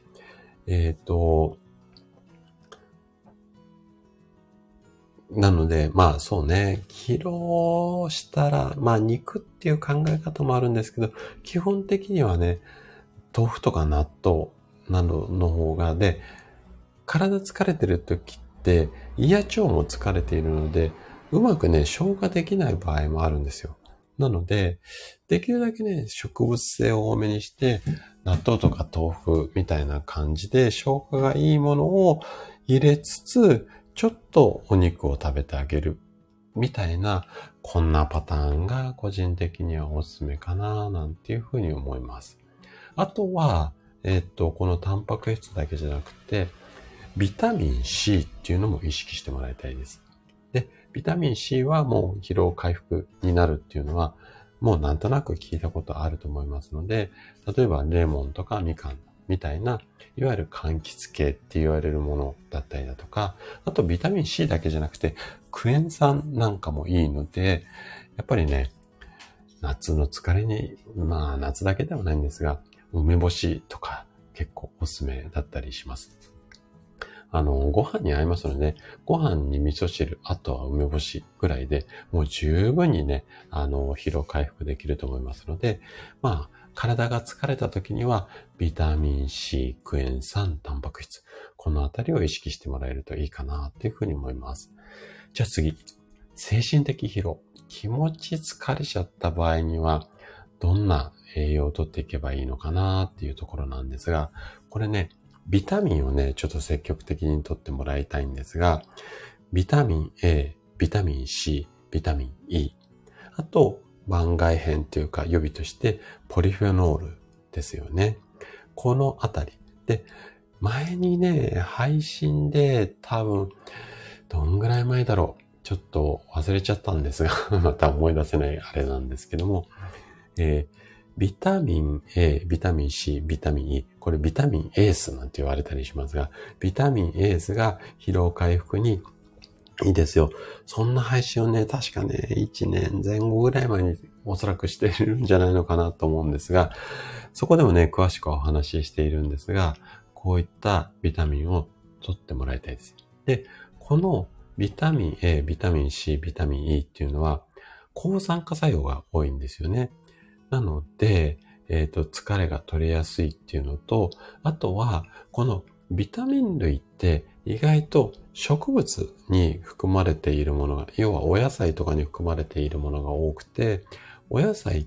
Speaker 1: なので、まあそうね、キロしたら、まあ肉っていう考え方もあるんですけど、基本的にはね、豆腐とか納豆などの方がで、体疲れてる時って、胃や腸も疲れているので、うまくね、消化できない場合もあるんですよ。なので、できるだけね、植物性を多めにして、納豆とか豆腐みたいな感じで消化がいいものを入れつつ、ちょっとお肉を食べてあげるみたいな、こんなパターンが個人的にはおすすめかな、なんていうふうに思います。あとは、このタンパク質だけじゃなくて、ビタミン C っていうのも意識してもらいたいです。で、ビタミン C はもう疲労回復になるっていうのは、もうなんとなく聞いたことあると思いますので、例えばレモンとかみかんみたいな、いわゆる柑橘系って言われるものだったりだとか、あとビタミン C だけじゃなくて、クエン酸なんかもいいので、やっぱりね、夏の疲れに、まあ夏だけではないんですが、梅干しとか結構おすすめだったりします。ご飯に合いますので、ご飯に味噌汁、あとは梅干しぐらいで、もう十分にね、疲労回復できると思いますので、まあ、体が疲れた時には、ビタミン C、クエン酸、タンパク質、このあたりを意識してもらえるといいかな、というふうに思います。じゃあ次、精神的疲労。気持ち疲れちゃった場合には、どんな栄養をとっていけばいいのかなっていうところなんですが、これね、ビタミンをね、ちょっと積極的にとってもらいたいんですが、ビタミン A、ビタミン C、ビタミン E、あと番外編というか予備としてポリフェノールですよね。このあたり。で、前にね、配信で多分、どんぐらい前だろう。ちょっと忘れちゃったんですが、また思い出せないあれなんですけども、ビタミン A、ビタミン C、ビタミン E、これビタミンエースなんて言われたりしますが、ビタミンエースが疲労回復にいいですよ。そんな配信をね、確かね、1年前後ぐらい前におそらくしているんじゃないのかなと思うんですが、そこでもね、詳しくお話ししているんですが、こういったビタミンを取ってもらいたいです。で、このビタミン A、ビタミン C、ビタミン E っていうのは、抗酸化作用が多いんですよね。なので、疲れが取れやすいっていうのと、あとは、このビタミン類って意外と植物に含まれているものが、要はお野菜とかに含まれているものが多くて、お野菜って、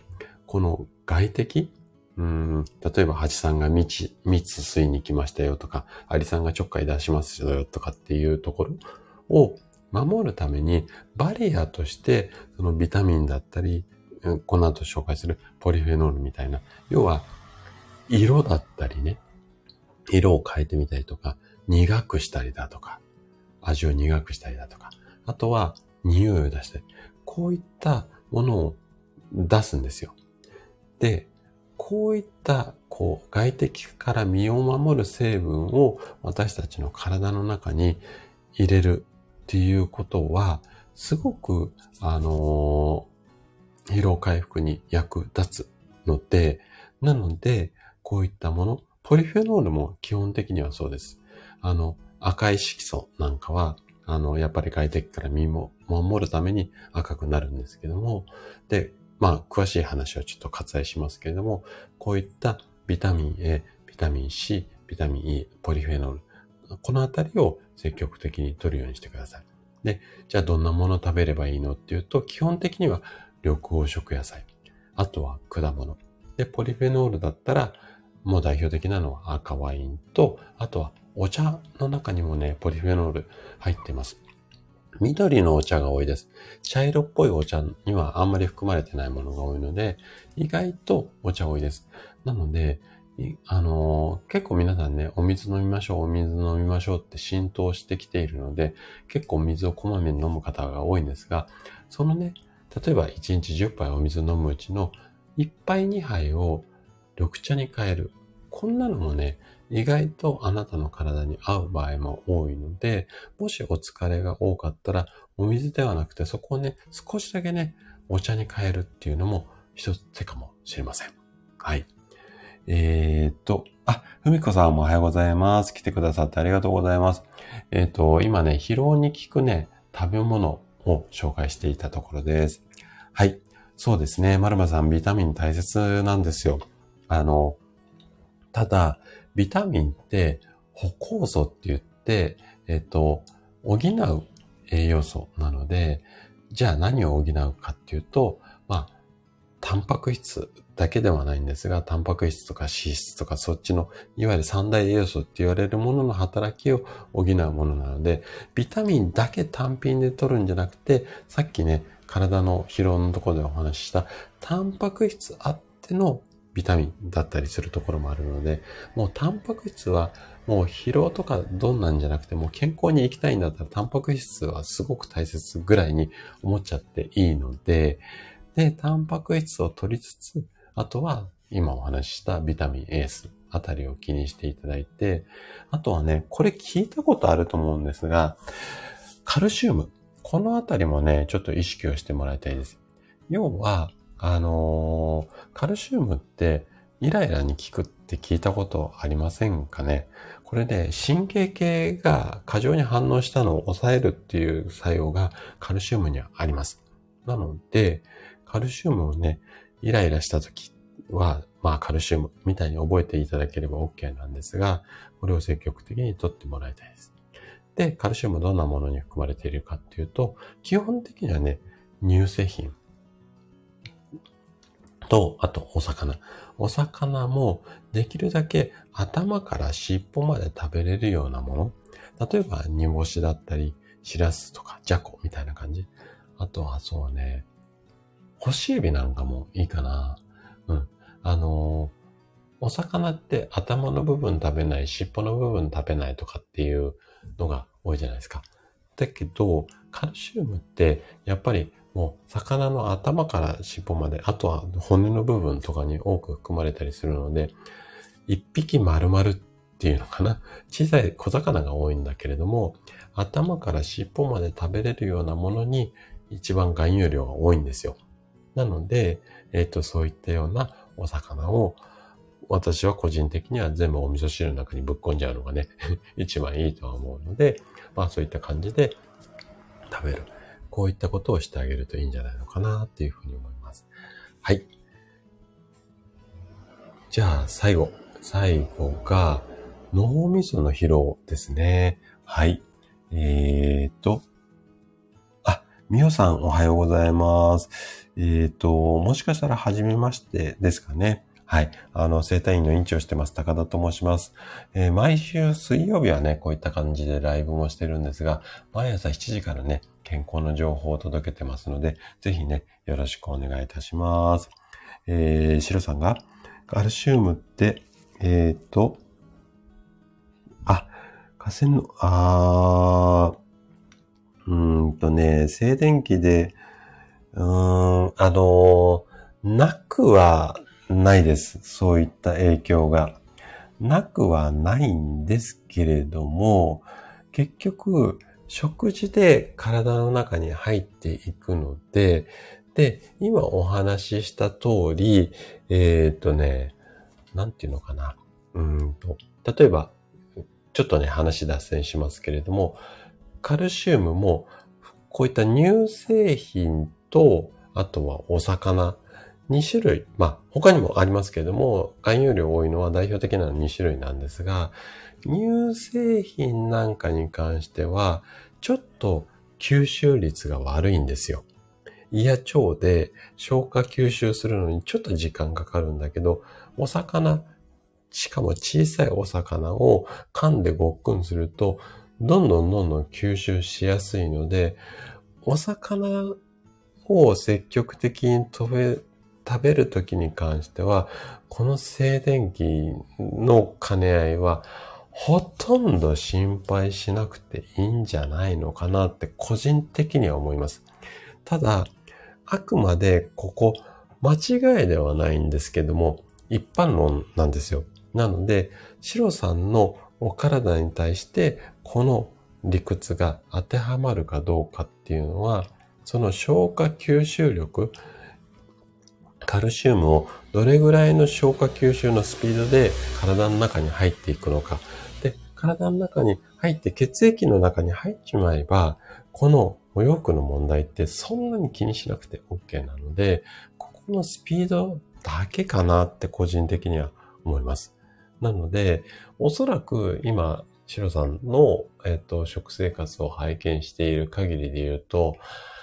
Speaker 1: この外敵例えば蜂さんが蜜吸いに来ましたよとか、アリさんがちょっかい出しますよとかっていうところを守るためにバリアとしてそのビタミンだったり、この後紹介するポリフェノールみたいな、要は色だったりね、色を変えてみたりとか、苦くしたりだとか、味を苦くしたりだとか、あとは匂いを出したり、こういったものを出すんですよ。で、こういった、外敵から身を守る成分を私たちの体の中に入れるっていうことは、すごく、疲労回復に役立つので、なので、こういったもの、ポリフェノールも基本的にはそうです。赤い色素なんかは、やっぱり外敵から身を守るために赤くなるんですけども、で、まあ、詳しい話はちょっと割愛しますけれども、こういったビタミン A、ビタミン C、ビタミン E、ポリフェノール、このあたりを積極的に取るようにしてください。で、じゃあどんなものを食べればいいのっていうと、基本的には緑黄色野菜。あとは果物。で、ポリフェノールだったら、 もう代表的なのは赤ワインと、あとはお茶の中にもね、ポリフェノール入ってます。緑のお茶が多いです。茶色っぽいお茶にはあんまり含まれてないものが多いので、意外とお茶多いです。なので、結構皆さんね、お水飲みましょう、お水飲みましょうって浸透してきているので、結構水をこまめに飲む方が多いんですが、そのね、例えば1日10杯お水飲むうちの1杯2杯を緑茶に変える。こんなのもね、意外とあなたの体に合う場合も多いので、もしお疲れが多かったら、お水ではなくてそこをね、少しだけね、お茶に変えるっていうのも一つ手かもしれません。はい。ふみこさんもおはようございます。来てくださってありがとうございます。今ね、疲労に効くね、食べ物を紹介していたところです。はい。そうですね。まるまさん、ビタミン大切なんですよ。ただ、ビタミンって歩酵素って言って、補う栄養素なので、じゃあ何を補うかっていうと、タンパク質だけではないんですが、タンパク質とか脂質とかそっちの、いわゆる三大栄養素って言われるものの働きを補うものなので、ビタミンだけ単品で取るんじゃなくて、さっきね、体の疲労のところでお話しした、タンパク質あってのビタミンだったりするところもあるので、もうタンパク質はもう疲労とかどんなんじゃなくて、もう健康に生きたいんだったらタンパク質はすごく大切ぐらいに思っちゃっていいので、タンパク質を取りつつ、あとは今お話ししたビタミン A スあたりを気にしていただいて、あとはね、これ聞いたことあると思うんですが、カルシウム。このあたりもね、ちょっと意識をしてもらいたいです。要は、カルシウムってイライラに効くって聞いたことありませんかね。これで神経系が過剰に反応したのを抑えるっていう作用がカルシウムにはあります。なので、カルシウムをね、イライラした時は、カルシウムみたいに覚えていただければ OK なんですが、これを積極的に取ってもらいたいです。で、カルシウムどんなものに含まれているかっていうと、基本的にはね、乳製品と、あとお魚。お魚もできるだけ頭から尻尾まで食べれるようなもの。例えば煮干しだったり、シラスとかジャコみたいな感じ。あとはそうね、干しエビなんかもいいかな。うん。お魚って頭の部分食べない、尻尾の部分食べないとかっていうのが多いじゃないですか。だけど、カルシウムってやっぱりもう魚の頭から尻尾まで、あとは骨の部分とかに多く含まれたりするので、一匹丸々っていうのかな。小さい小魚が多いんだけれども、頭から尻尾まで食べれるようなものに一番含有量が多いんですよ。なので、そういったようなお魚を私は個人的には全部お味噌汁の中にぶっこんじゃうのがね、一番いいとは思うので、そういった感じで食べる。こういったことをしてあげるといいんじゃないのかなっていうふうに思います。はい。じゃあ最後が脳みその疲労ですね。はい。みおさんおはようございます。もしかしたら初めましてですかね。はい。整体院の院長をしてます、高田と申します。毎週水曜日はね、こういった感じでライブもしてるんですが、毎朝7時からね、健康の情報を届けてますので、ぜひね、よろしくお願いいたします。シロさんが、カルシウムって、河川の、静電気で、なくはないです。そういった影響が。なくはないんですけれども、結局、食事で体の中に入っていくので、で、今お話しした通り、なんていうのかな。例えば、ちょっとね、話脱線しますけれども、カルシウムも、こういった乳製品と、あとはお魚、2種類。他にもありますけれども、含有量多いのは代表的なのは2種類なんですが、乳製品なんかに関しては、ちょっと吸収率が悪いんですよ。胃や腸で消化吸収するのにちょっと時間かかるんだけど、お魚しかも小さいお魚を噛んでごっくんすると、どんどん吸収しやすいので、お魚を積極的に食べるときに関しては、この静電気の兼ね合いは、ほとんど心配しなくていいんじゃないのかなって個人的には思います。ただ、あくまでここ間違いではないんですけども、一般論なんですよ。なので、シロさんのお体に対してこの理屈が当てはまるかどうかっていうのは、その消化吸収力、カルシウムをどれぐらいの消化吸収のスピードで体の中に入っていくのか。で、体の中に入って血液の中に入っちまえば、このお洋服の問題ってそんなに気にしなくて OK なので、ここのスピードだけかなって個人的には思います。なので、おそらく今、シロさんの、食生活を拝見している限りで言うと、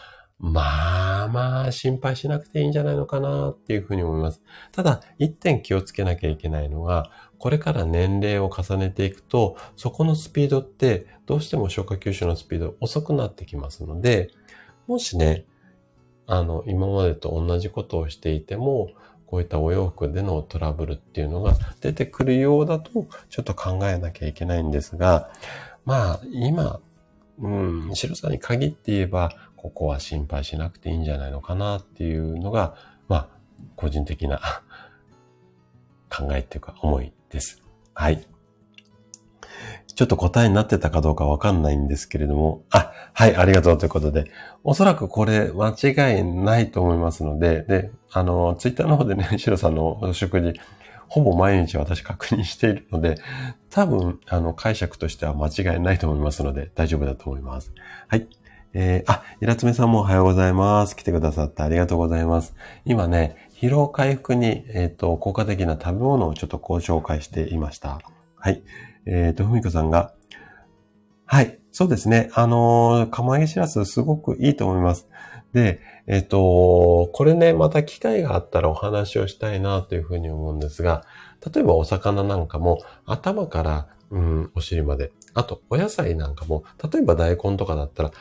Speaker 1: 心配しなくていいんじゃないのかなっていうふうに思います。ただ、一点気をつけなきゃいけないのが、これから年齢を重ねていくと、そこのスピードって、どうしても消化吸収のスピード遅くなってきますので、もしね、今までと同じことをしていても、こういったお洋服でのトラブルっていうのが出てくるようだと、ちょっと考えなきゃいけないんですが、今、白さに限って言えば、ここは心配しなくていいんじゃないのかなっていうのが、個人的な考えっていうか思いです。はい。ちょっと答えになってたかどうかわかんないんですけれども、はい、ありがとうということで、おそらくこれ間違いないと思いますので、で、ツイッターの方でね、シロさんのお食事、ほぼ毎日私確認しているので、多分、解釈としては間違いないと思いますので、大丈夫だと思います。はい。イラツメさんもおはようございます。来てくださってありがとうございます。今ね、疲労回復に、効果的な食べ物をちょっとご紹介していました。はい。ふみこさんが、はい、そうですね。釜揚げしらすすごくいいと思います。で、これね、また機会があったらお話をしたいなというふうに思うんですが、例えばお魚なんかも頭から、お尻まで、あとお野菜なんかも、例えば大根とかだったら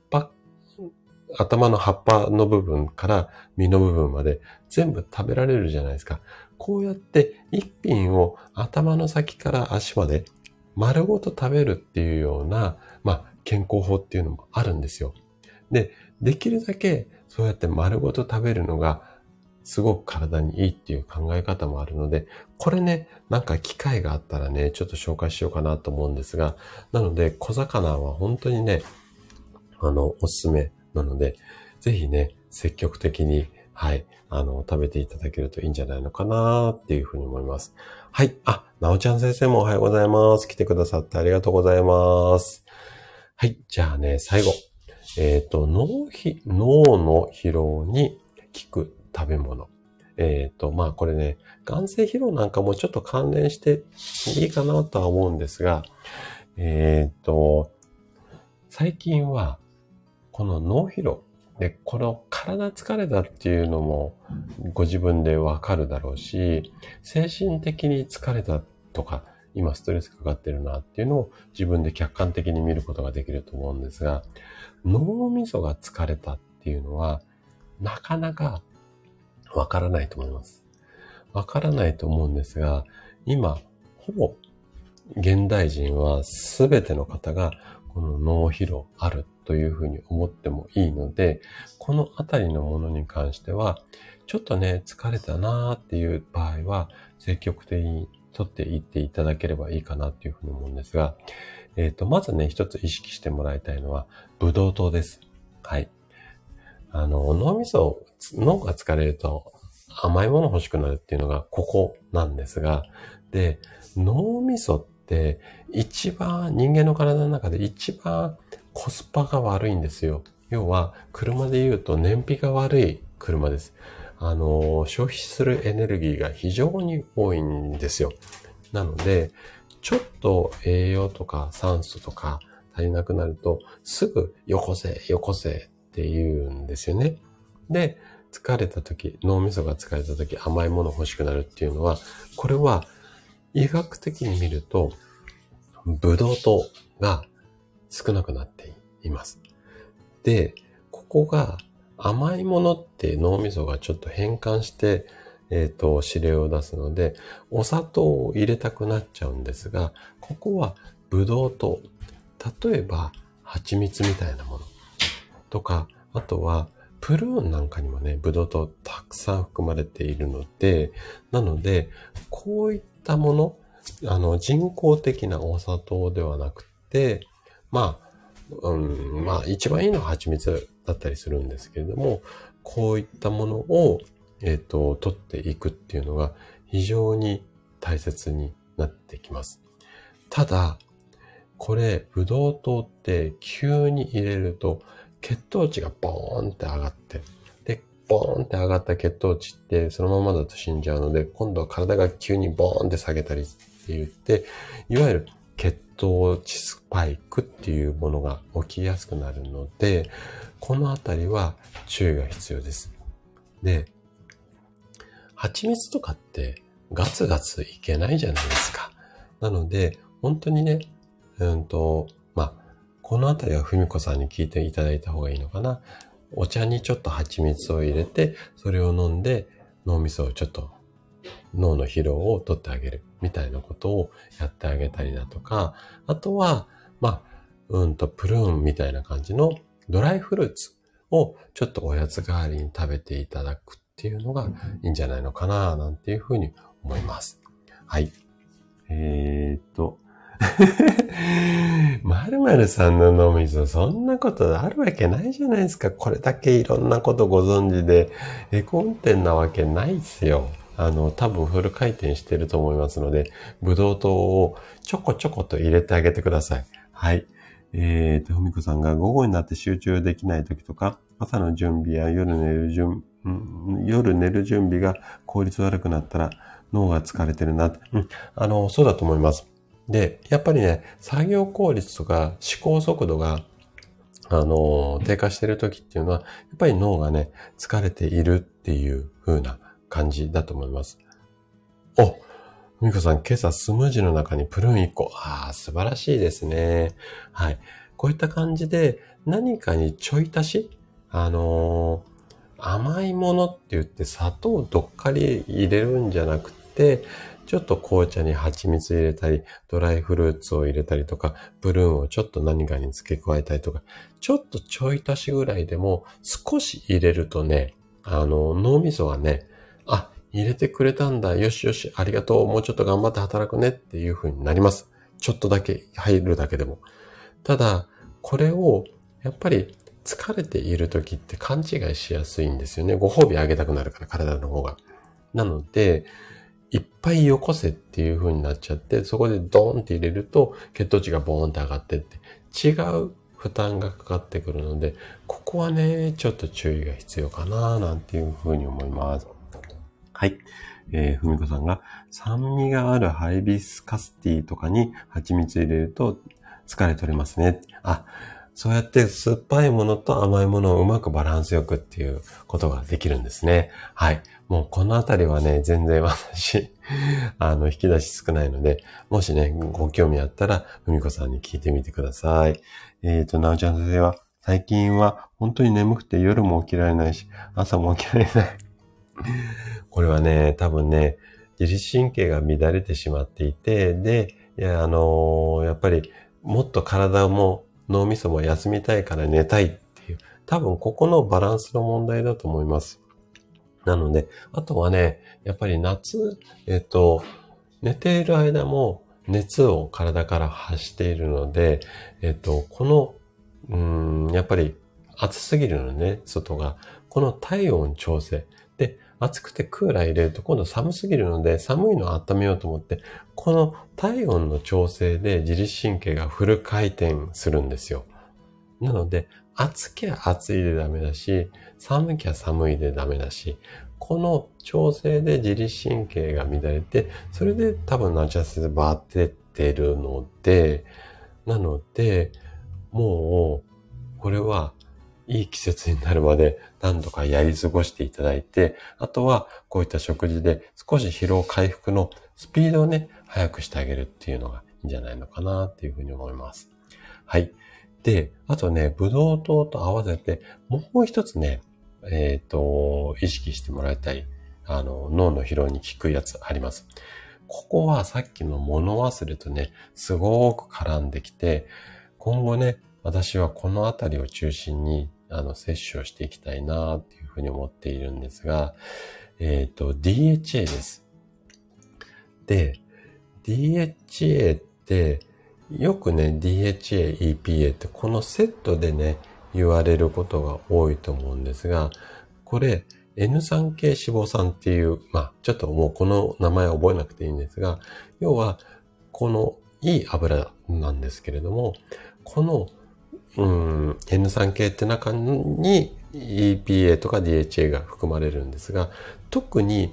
Speaker 1: 頭の葉っぱの部分から実の部分まで全部食べられるじゃないですか。こうやって一品を頭の先から足まで丸ごと食べるっていうような、健康法っていうのもあるんですよ。で、できるだけそうやって丸ごと食べるのがすごく体にいいっていう考え方もあるので、これね、なんか機会があったらね、ちょっと紹介しようかなと思うんですが、なので小魚は本当にね、おすすめなので、ぜひね、積極的に、はい、食べていただけるといいんじゃないのかなっていうふうに思います。はい。なおちゃん先生もおはようございます。来てくださってありがとうございます。はい。じゃあね、最後。脳の疲労に効く食べ物。これね、眼性疲労なんかもちょっと関連していいかなとは思うんですが、最近は、この脳疲労で、この体疲れたっていうのもご自分でわかるだろうし、精神的に疲れたとか、今ストレスかかってるなっていうのを自分で客観的に見ることができると思うんですが、脳みそが疲れたっていうのは、なかなかわからないと思います。わからないと思うんですが、今、ほぼ現代人は全ての方がこの脳疲労あるというふうに思ってもいいので、このあたりのものに関しては、ちょっとね、疲れたなーっていう場合は、積極的に取っていっていただければいいかなっていうふうに思うんですが、まずね、一つ意識してもらいたいのは、ブドウ糖です。はい。脳が疲れると甘いもの欲しくなるっていうのがここなんですが、で、脳みそって人間の体の中で一番コスパが悪いんですよ。要は、車で言うと燃費が悪い車です。消費するエネルギーが非常に多いんですよ。なので、ちょっと栄養とか酸素とか足りなくなると、すぐよこせって言うんですよね。で、脳みそが疲れた時甘いもの欲しくなるっていうのは、これは医学的に見ると、ブドウ糖が少なくなっています。で、ここが甘いものって脳みそがちょっと変換して、指令を出すので、お砂糖を入れたくなっちゃうんですが、ここはブドウ糖。例えば、蜂蜜みたいなものとか、あとは、プルーンなんかにもね、ブドウ糖たくさん含まれているので、なので、こういったもの、人工的なお砂糖ではなくて、一番いいのは蜂蜜だったりするんですけれども、こういったものを、取っていくっていうのが非常に大切になってきます。ただ、これ、ブドウ糖って急に入れると血糖値がボーンって上がって、で、ボーンって上がった血糖値ってそのままだと死んじゃうので、今度は体が急にボーンって下げたりって言って、いわゆる血糖値スパイクっていうものが起きやすくなるので、このあたりは注意が必要です。で、蜂蜜とかってガツガツいけないじゃないですか。なので、本当にね、このあたりはふみこさんに聞いていただいた方がいいのかな。お茶にちょっと蜂蜜を入れて、それを飲んで脳みそをちょっと脳の疲労を取ってあげるみたいなことをやってあげたりだとか、あとは、プルーンみたいな感じのドライフルーツをちょっとおやつ代わりに食べていただくっていうのがいいんじゃないのかななんていうふうに思います。はい。〇〇さんの脳みそ、そんなことあるわけないじゃないですか。これだけいろんなことご存知で、絵コンテなわけないっすよ。多分フル回転してると思いますので、ブドウ糖をちょこちょこと入れてあげてください。はい。ふみこさんが午後になって集中できない時とか、朝の準備や夜寝る準備が効率悪くなったら脳が疲れてるな。そうだと思います。で、やっぱりね、作業効率とか思考速度が、低下してる時っていうのは、やっぱり脳がね、疲れているっていう風な感じだと思います。みこさん、今朝スムージーの中にプルーン1個。素晴らしいですね。はい。こういった感じで、何かにちょい足し、甘いものって言って砂糖をどっかり入れるんじゃなくて、ちょっと紅茶に蜂蜜入れたり、ドライフルーツを入れたりとか、ブルーンをちょっと何かに付け加えたりとか、ちょっとちょい足しぐらいでも少し入れるとね、脳みそはね、入れてくれたんだ。よしよし、ありがとう。もうちょっと頑張って働くねっていう風になります。ちょっとだけ入るだけでも。ただ、これを、やっぱり疲れている時って勘違いしやすいんですよね。ご褒美あげたくなるから、体の方が。なので、いっぱいよこせっていう風になっちゃって、そこでドーンって入れると、血糖値がボーンって上がってって、違う負担がかかってくるので、ここはね、ちょっと注意が必要かな、なんていう風に思います。はい。ふみこさんが、酸味があるハイビスカスティーとかに蜂蜜入れると疲れ取れますね。そうやって酸っぱいものと甘いものをうまくバランスよくっていうことができるんですね。はい。もうこのあたりはね、全然私、引き出し少ないので、もしね、ご興味あったら、ふみこさんに聞いてみてください。なおちゃん先生は、最近は本当に眠くて夜も起きられないし、朝も起きられない。これはね、多分ね、自律神経が乱れてしまっていて、で、やっぱりもっと体も脳みそも休みたいから寝たいっていう、多分ここのバランスの問題だと思います。なので、あとはね、やっぱり夏、寝ている間も熱を体から発しているので、この、やっぱり暑すぎるのね、外が。この体温調整。で、暑くてクーラー入れると今度寒すぎるので、寒いのを温めようと思って、この体温の調整で自律神経がフル回転するんですよ。なので、暑きゃ暑いでダメだし、寒きゃ寒いでダメだし、この調整で自律神経が乱れて、それで多分夏休みバーってってるので、なので、もう、これはいい季節になるまで何度かやり過ごしていただいて、あとはこういった食事で少し疲労回復のスピードをね、 早くしてあげるっていうのがいいんじゃないのかなっていうふうに思います。はい。で、あとね、ブドウ糖と合わせて、もう一つね、意識してもらいたい、脳の疲労に効くやつあります。ここはさっきの物忘れとね、すごく絡んできて、今後ね、私はこのあたりを中心に、摂取をしていきたいなっていうふうに思っているんですが、DHA です。で、DHA って、よくね、DHA、EPA ってこのセットでね、言われることが多いと思うんですが、これ、N 酸系脂肪酸っていう、ちょっともうこの名前覚えなくていいんですが、要は、このいい油なんですけれども、この、N 酸系って中に EPA とか DHA が含まれるんですが、特に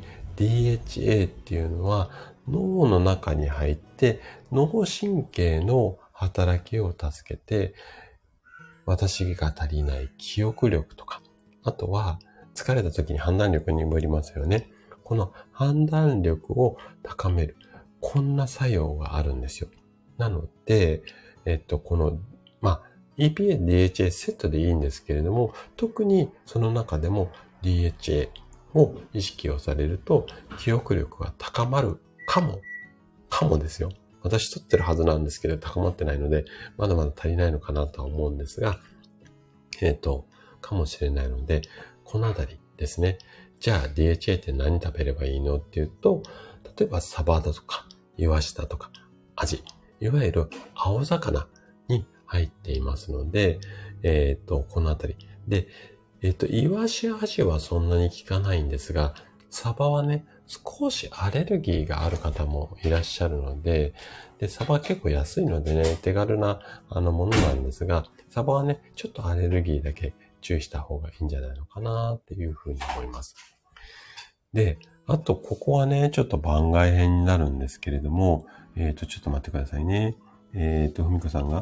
Speaker 1: DHA っていうのは脳の中に入って脳神経の働きを助けて、私が足りない記憶力とか、あとは疲れた時に判断力にもよりますよね。この判断力を高める。こんな作用があるんですよ。なので、この、EPA、DHA セットでいいんですけれども、特にその中でも DHA を意識をされると、記憶力が高まるかもですよ。私取ってるはずなんですけど、高まってないので、まだまだ足りないのかなとは思うんですが、かもしれないので、このあたりですね。じゃあ DHA って何食べればいいのっていうと、例えばサバだとか、イワシだとか、アジ、いわゆる青魚に入っていますので、このあたり。で、イワシ、アジはそんなに効かないんですが、サバはね、少しアレルギーがある方もいらっしゃるので、で、サバ結構安いのでね、手軽なものなんですが、サバはね、ちょっとアレルギーだけ注意した方がいいんじゃないのかなっていうふうに思います。で、あと、ここはね、ちょっと番外編になるんですけれども、ちょっと待ってくださいね。ふみこさんが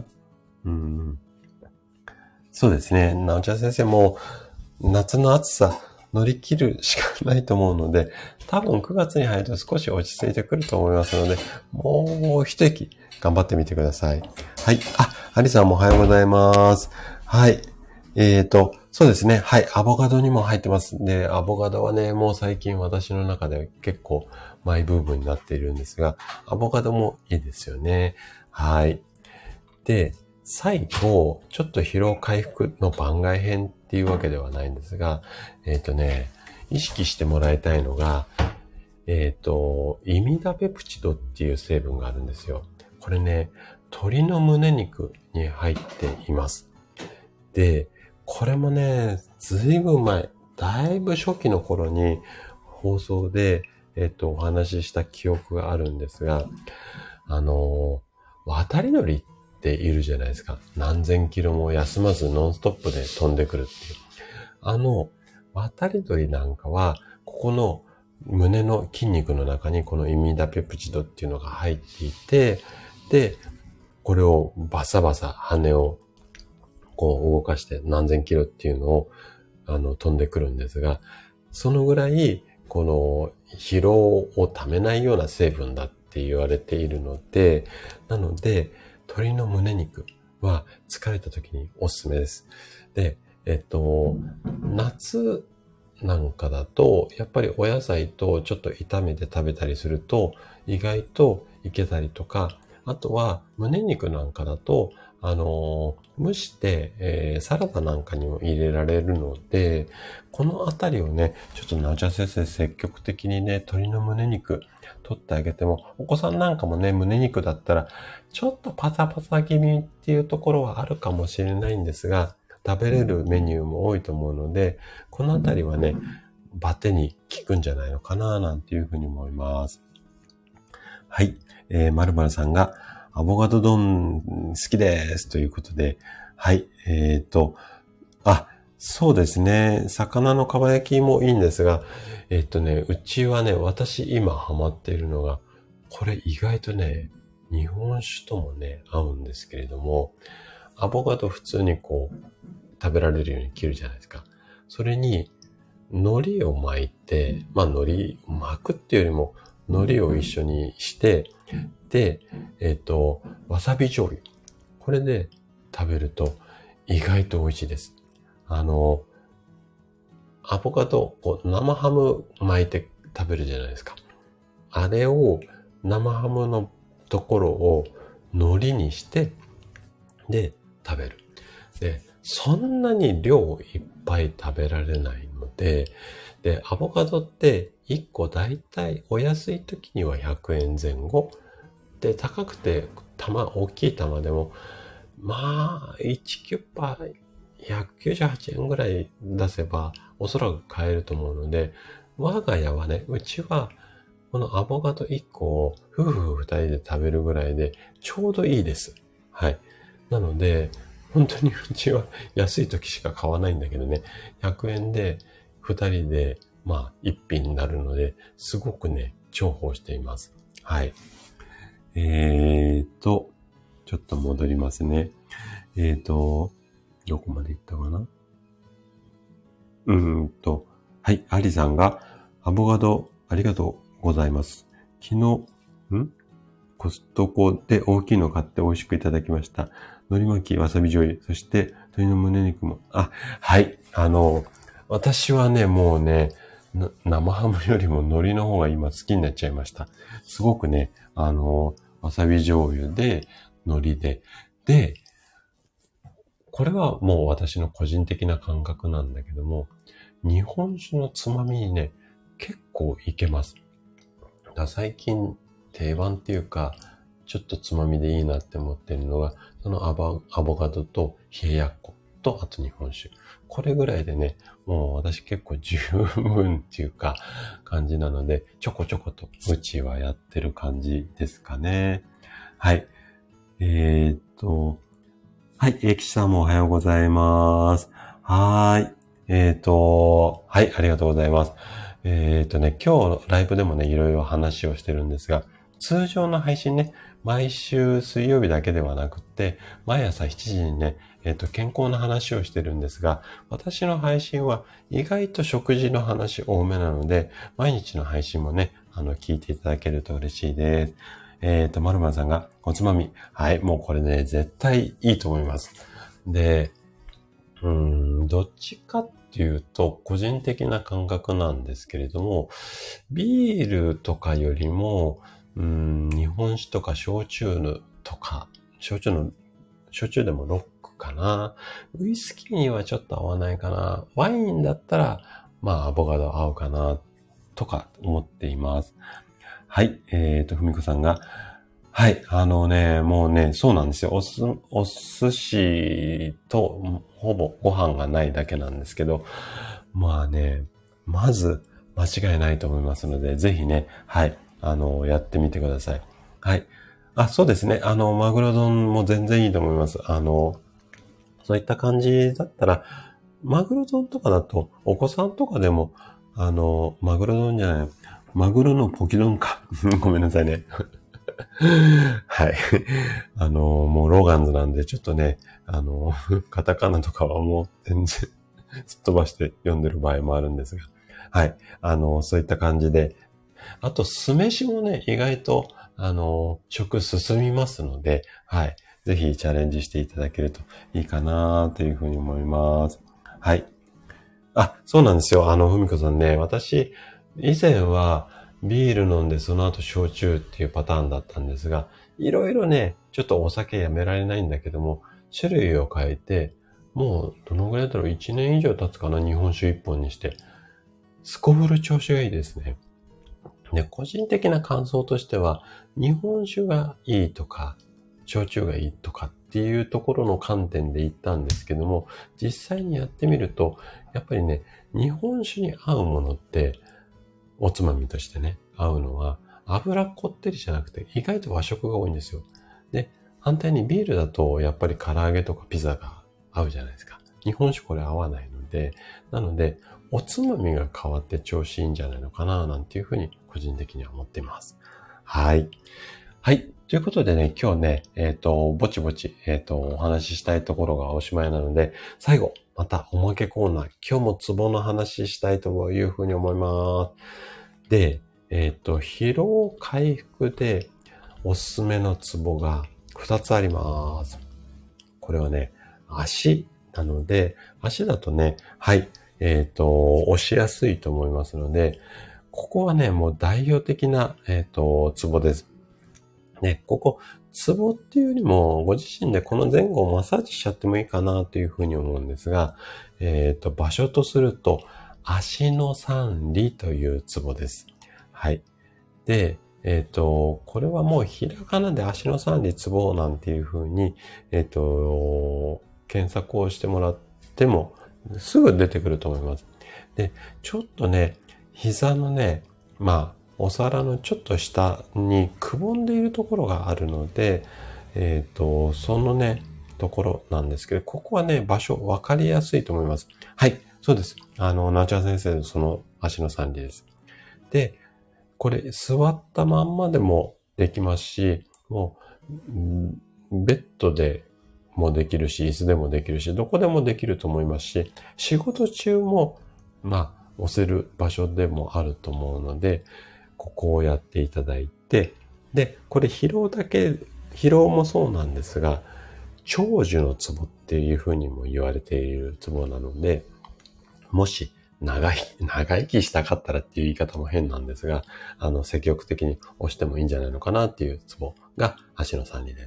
Speaker 1: そうですね。なおちゃん先生も夏の暑さ乗り切るしかないと思うので、多分9月に入ると少し落ち着いてくると思いますので、もう一息頑張ってみてください。はい。アリさんもおはようございます。はい。そうですね。はい。アボカドにも入ってます。で、アボカドはね、もう最近私の中で結構マイブームになっているんですが、アボカドもいいですよね。はい。で、最後、ちょっと疲労回復の番外編っていうわけではないんですが、意識してもらいたいのが、イミダペプチドっていう成分があるんですよ。これね、鶏の胸肉に入っています。で、これもね、ずいぶん前、だいぶ初期の頃に放送で、お話しした記憶があるんですが、渡り鳥っているじゃないですか。何千キロも休まずノンストップで飛んでくるっていう。渡り鳥なんかは、ここの胸の筋肉の中にこのイミダペプチドっていうのが入っていて、で、これをバサバサ羽をこう動かして何千キロっていうのを飛んでくるんですが、そのぐらいこの疲労をためないような成分だって言われているので、なので鶏の胸肉は疲れた時におすすめです。で、夏なんかだと、やっぱりお野菜とちょっと炒めて食べたりすると、意外といけたりとか、あとは胸肉なんかだと、蒸して、サラダなんかにも入れられるので、このあたりをね、ちょっとなおちゃん先生積極的にね、鶏の胸肉取ってあげても、お子さんなんかもね、胸肉だったら、ちょっとパサパサ気味っていうところはあるかもしれないんですが、食べれるメニューも多いと思うので、このあたりはね、バテに効くんじゃないのかな、なんていうふうに思います。はい。〇〇さんが、アボカド丼好きですということで、はい。そうですね。魚のかば焼きもいいんですが、うちはね、私今ハマっているのが、これ意外とね、日本酒ともね、合うんですけれども、アボカド普通にこう、食べられるように切るじゃないですか。それに、海苔を巻いて、海苔巻くっていうよりも、海苔を一緒にして、 で、わさび醤油。これで食べると意外と美味しいです。アボカド、生ハム巻いて食べるじゃないですか。あれを、生ハムのところを海苔にして、で、食べる。で、そんなに量いっぱい食べられないので、で、アボカドって1個だいたいお安い時には100円前後。で、高くて大きい玉でも、まあ、1キュッパ198円ぐらい出せば、おそらく買えると思うので、我が家はね、うちは、このアボカド1個を夫婦2人で食べるぐらいで、ちょうどいいです。はい。なので、本当にうちは安い時しか買わないんだけどね、100円で2人で、まあ、1品になるので、すごくね、重宝しています。はい。ちょっと戻りますね。どこまで行ったかな。はい、アリさんが、アボカドありがとうございます。昨日、コストコで大きいの買って美味しくいただきました。海苔巻き、わさび醤油、そして鶏の胸肉も。はい。私はね、もうね、生ハムよりも海苔の方が今好きになっちゃいました。すごくね、わさび醤油で、海苔で、これはもう私の個人的な感覚なんだけども、日本酒のつまみにね、結構いけます。最近定番っていうか、ちょっとつまみでいいなって思ってるのが、そのアボカドと冷ややっことあと日本酒。これぐらいでね、もう私結構十分っていうか感じなので、ちょこちょことうちはやってる感じですかね。はい。はい、岸さんもおはようございます。はい。はい、ありがとうございます。今日ライブでもね、いろいろ話をしてるんですが、通常の配信ね、毎週水曜日だけではなくって、毎朝7時にね、健康の話をしてるんですが、私の配信は意外と食事の話多めなので、毎日の配信もね、聞いていただけると嬉しいです。まるまるさんが、おつまみ。はい、もうこれね、絶対いいと思います。で、どっちかっていうと、個人的な感覚なんですけれども、ビールとかよりも、日本酒とか焼酎とか、焼酎でもロックかな。ウイスキーにはちょっと合わないかな。ワインだったら、まあ、アボカド合うかな、とか思っています。はい。ふみこさんが、はい。もうね、そうなんですよ。お寿司と、ほぼご飯がないだけなんですけど、まあね、まず、間違いないと思いますので、ぜひね、はい。やってみてください。はい。そうですね。マグロ丼も全然いいと思います。そういった感じだったら、マグロ丼とかだと、お子さんとかでも、マグロ丼じゃない、マグロのポキ丼か。ごめんなさいね。はい。もうローガンズなんで、ちょっとね、カタカナとかはもう全然すっ飛ばして読んでる場合もあるんですが。はい。そういった感じで。あと、酢飯もね、意外と、食進みますので、はい。ぜひチャレンジしていただけるといいかなというふうに思います。はい。そうなんですよ。ふみこさんね、私、以前はビール飲んでその後焼酎っていうパターンだったんですが、いろいろね、ちょっとお酒やめられないんだけども、種類を変えて、もうどのぐらいだろう ?1 年以上経つかな日本酒1本にして。すこぶる調子がいいですね。で、個人的な感想としては、日本酒がいいとか、焼酎がいいとかっていうところの観点で言ったんですけども、実際にやってみると、やっぱりね、日本酒に合うものって、おつまみとしてね、合うのは、油こってりじゃなくて、意外と和食が多いんですよ。で、反対にビールだと、やっぱり唐揚げとかピザが合うじゃないですか。日本酒これ合わないので、なので、おつまみが変わって調子いいんじゃないのかな、なんていうふうに個人的には思っています。はい。はい。ということでね、今日ね、ぼちぼち、お話ししたいところがおしまいなので、最後、またおまけコーナー、今日もツボの話したいというふうに思います。で、疲労回復でおすすめのツボが2つあります。これはね、足なので、足だとね、はい、押しやすいと思いますので、ここはね、もう代表的な、ツボです。ね、ここ、ツボっていうよりも、ご自身でこの前後をマッサージしちゃってもいいかなというふうに思うんですが、場所とすると、足の三里というツボです。はい。で、これはもうひらがなで足の三里ツボなんていうふうに、検索をしてもらっても、すぐ出てくると思います。で、ちょっとね、膝のね、お皿のちょっと下にくぼんでいるところがあるので、そのね、ところなんですけど、ここはね、場所分かりやすいと思います。はい、そうです。ナチュラ先生のその足の三里です。で、これ座ったまんまでもできますし、もう、ベッドでもできるし、椅子でもできるし、どこでもできると思いますし、仕事中も、押せる場所でもあると思うので、ここをやっていただいて、で、これ疲労もそうなんですが、長寿のツボっていうふうにも言われているツボなので、もし長生きしたかったらっていう言い方も変なんですが、積極的に押してもいいんじゃないのかなっていうツボが足の三里です。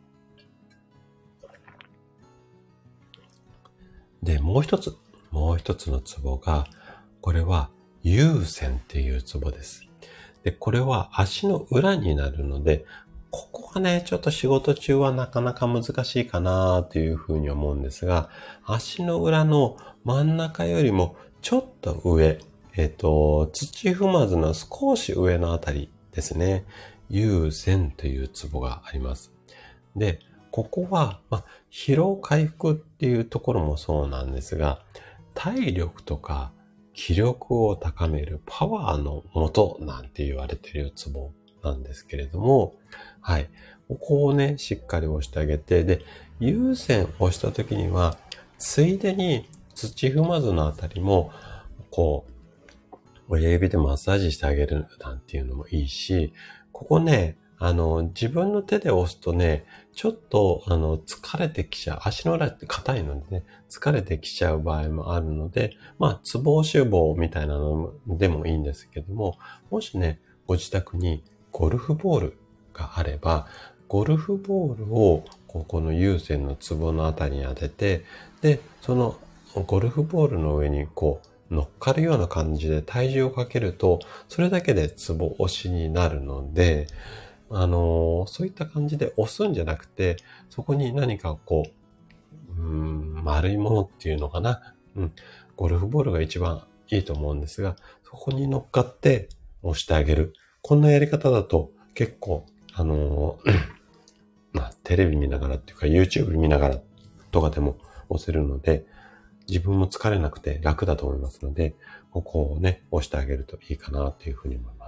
Speaker 1: で、もう一つのツボが、これは有線っていうツボです。で、これは足の裏になるので、ここはね、ちょっと仕事中はなかなか難しいかなというふうに思うんですが、足の裏の真ん中よりもちょっと上、土踏まずの少し上のあたりですね。有線というツボがあります。で、ここは、疲労回復っていうところもそうなんですが、体力とか気力を高めるパワーの元なんて言われているツボなんですけれども、はい。ここをね、しっかり押してあげて、で、有線を押した時には、ついでに土踏まずのあたりも、こう、親指でマッサージしてあげるなんていうのもいいし、ここね、自分の手で押すとね、ちょっと、疲れてきちゃう。足の裏って硬いのでね、疲れてきちゃう場合もあるので、ツボ押し棒みたいなのでもいいんですけども、もしね、ご自宅にゴルフボールがあれば、ゴルフボールを、ここの有線のツボのあたりに当てて、で、そのゴルフボールの上に乗っかるような感じで体重をかけると、それだけでツボ押しになるので、そういった感じで押すんじゃなくて、そこに何か丸いものっていうのかな。ゴルフボールが一番いいと思うんですが、そこに乗っかって押してあげる。こんなやり方だと結構、テレビ見ながらっていうか YouTube 見ながらとかでも押せるので、自分も疲れなくて楽だと思いますので、ここをね、押してあげるといいかなというふうに思います。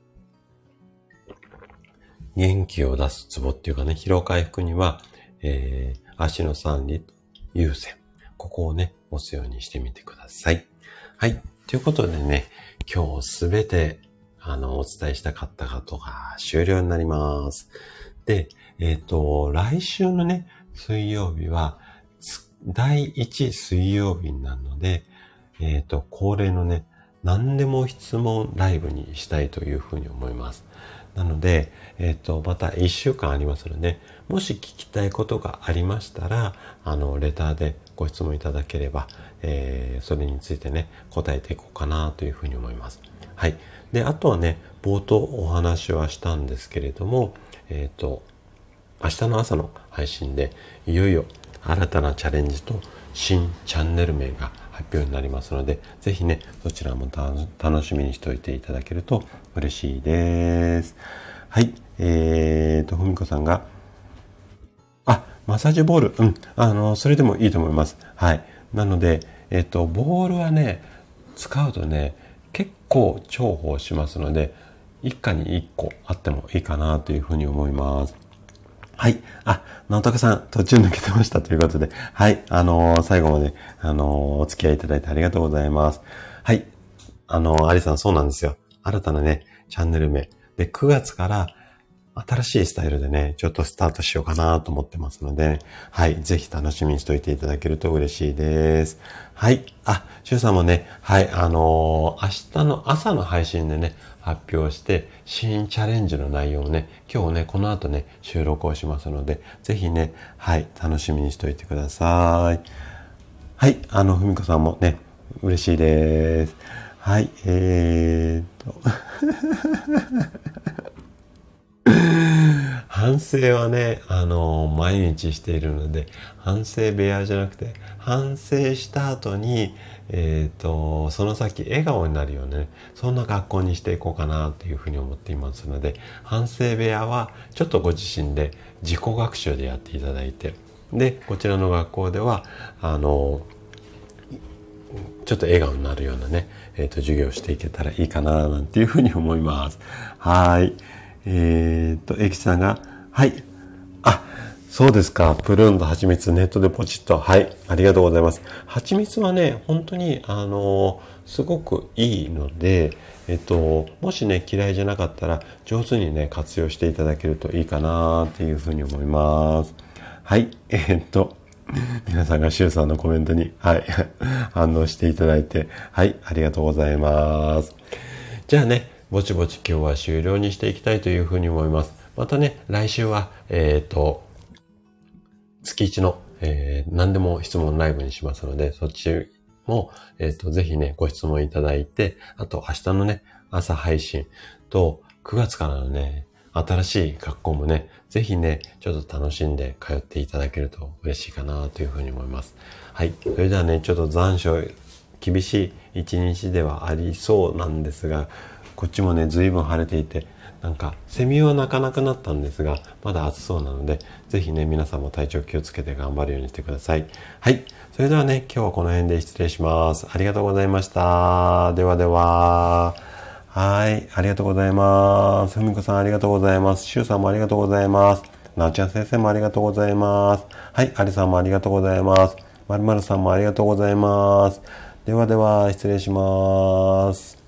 Speaker 1: 元気を出すツボっていうかね、疲労回復には、足の三里、有線。ここをね、押すようにしてみてください。はい。ということでね、今日すべて、お伝えしたかったことが終了になります。で、来週のね、水曜日は、第1水曜日なので、恒例のね、何でも質問ライブにしたいというふうに思います。なので、また1週間ありますので、もし聞きたいことがありましたら、レターでご質問いただければ、それについてね、答えていこうかなというふうに思います。はい。で、あとはね、冒頭お話はしたんですけれども、明日の朝の配信で、いよいよ新たなチャレンジと新チャンネル名が発表になりますので、ぜひね、そちらも楽しみにしておいていただけると嬉しいです。はい。ふみこさんが、マッサージボール。それでもいいと思います。はい。なので、ボールはね、使うとね、結構重宝しますので、一家に一個あってもいいかなというふうに思います。はい。直隆さん、途中抜けてましたということで、はい。最後まで、お付き合いいただいてありがとうございます。はい。アリさん、そうなんですよ。新たなね、チャンネル名。で、9月から、 新しいスタイルでね、ちょっとスタートしようかなと思ってますので、はい、ぜひ楽しみにしておいていただけると嬉しいです。はい。シュウさんもね、はい、明日の朝の配信でね、発表して、新チャレンジの内容をね、今日ね、この後ね、収録をしますので、ぜひね、はい、楽しみにしておいてください。はい、ふみこさんもね、嬉しいです。はい、反省はね、毎日しているので、反省部屋じゃなくて、反省した後に、その先笑顔になるようなね、そんな学校にしていこうかなというふうに思っていますので、反省部屋はちょっとご自身で自己学習でやっていただいて、で、こちらの学校では、ちょっと笑顔になるようなね、授業をしていけたらいいかな、なんていうふうに思います。はい。エキさんが、はい。そうですか。プルーンと蜂蜜ネットでポチッと。はい。ありがとうございます。蜂蜜はね、本当に、すごくいいので、もしね、嫌いじゃなかったら、上手にね、活用していただけるといいかな、っていうふうに思います。はい。皆さんがシュウさんのコメントに、はい、反応していただいて、はい、ありがとうございます。じゃあね、ぼちぼち今日は終了にしていきたいというふうに思います。またね、来週は、月1の、何でも質問ライブにしますので、そっちも、ぜひね、ご質問いただいて、あと明日のね、朝配信と、9月からのね、新しい学校もね、ぜひね、ちょっと楽しんで通っていただけると嬉しいかなというふうに思います。はい。それではね、ちょっと残暑、厳しい一日ではありそうなんですが、こっちもね、随分晴れていて、なんか、セミは鳴かなくなったんですが、まだ暑そうなので、ぜひね、皆さんも体調気をつけて頑張るようにしてください。はい。それではね、今日はこの辺で失礼します。ありがとうございました。ではでは。はい。ありがとうございます。ふみこさんありがとうございます。しゅうさんもありがとうございます。なおちゃん先生もありがとうございます。はい。ありさんもありがとうございます。まるまるさんもありがとうございます。ではでは、失礼します。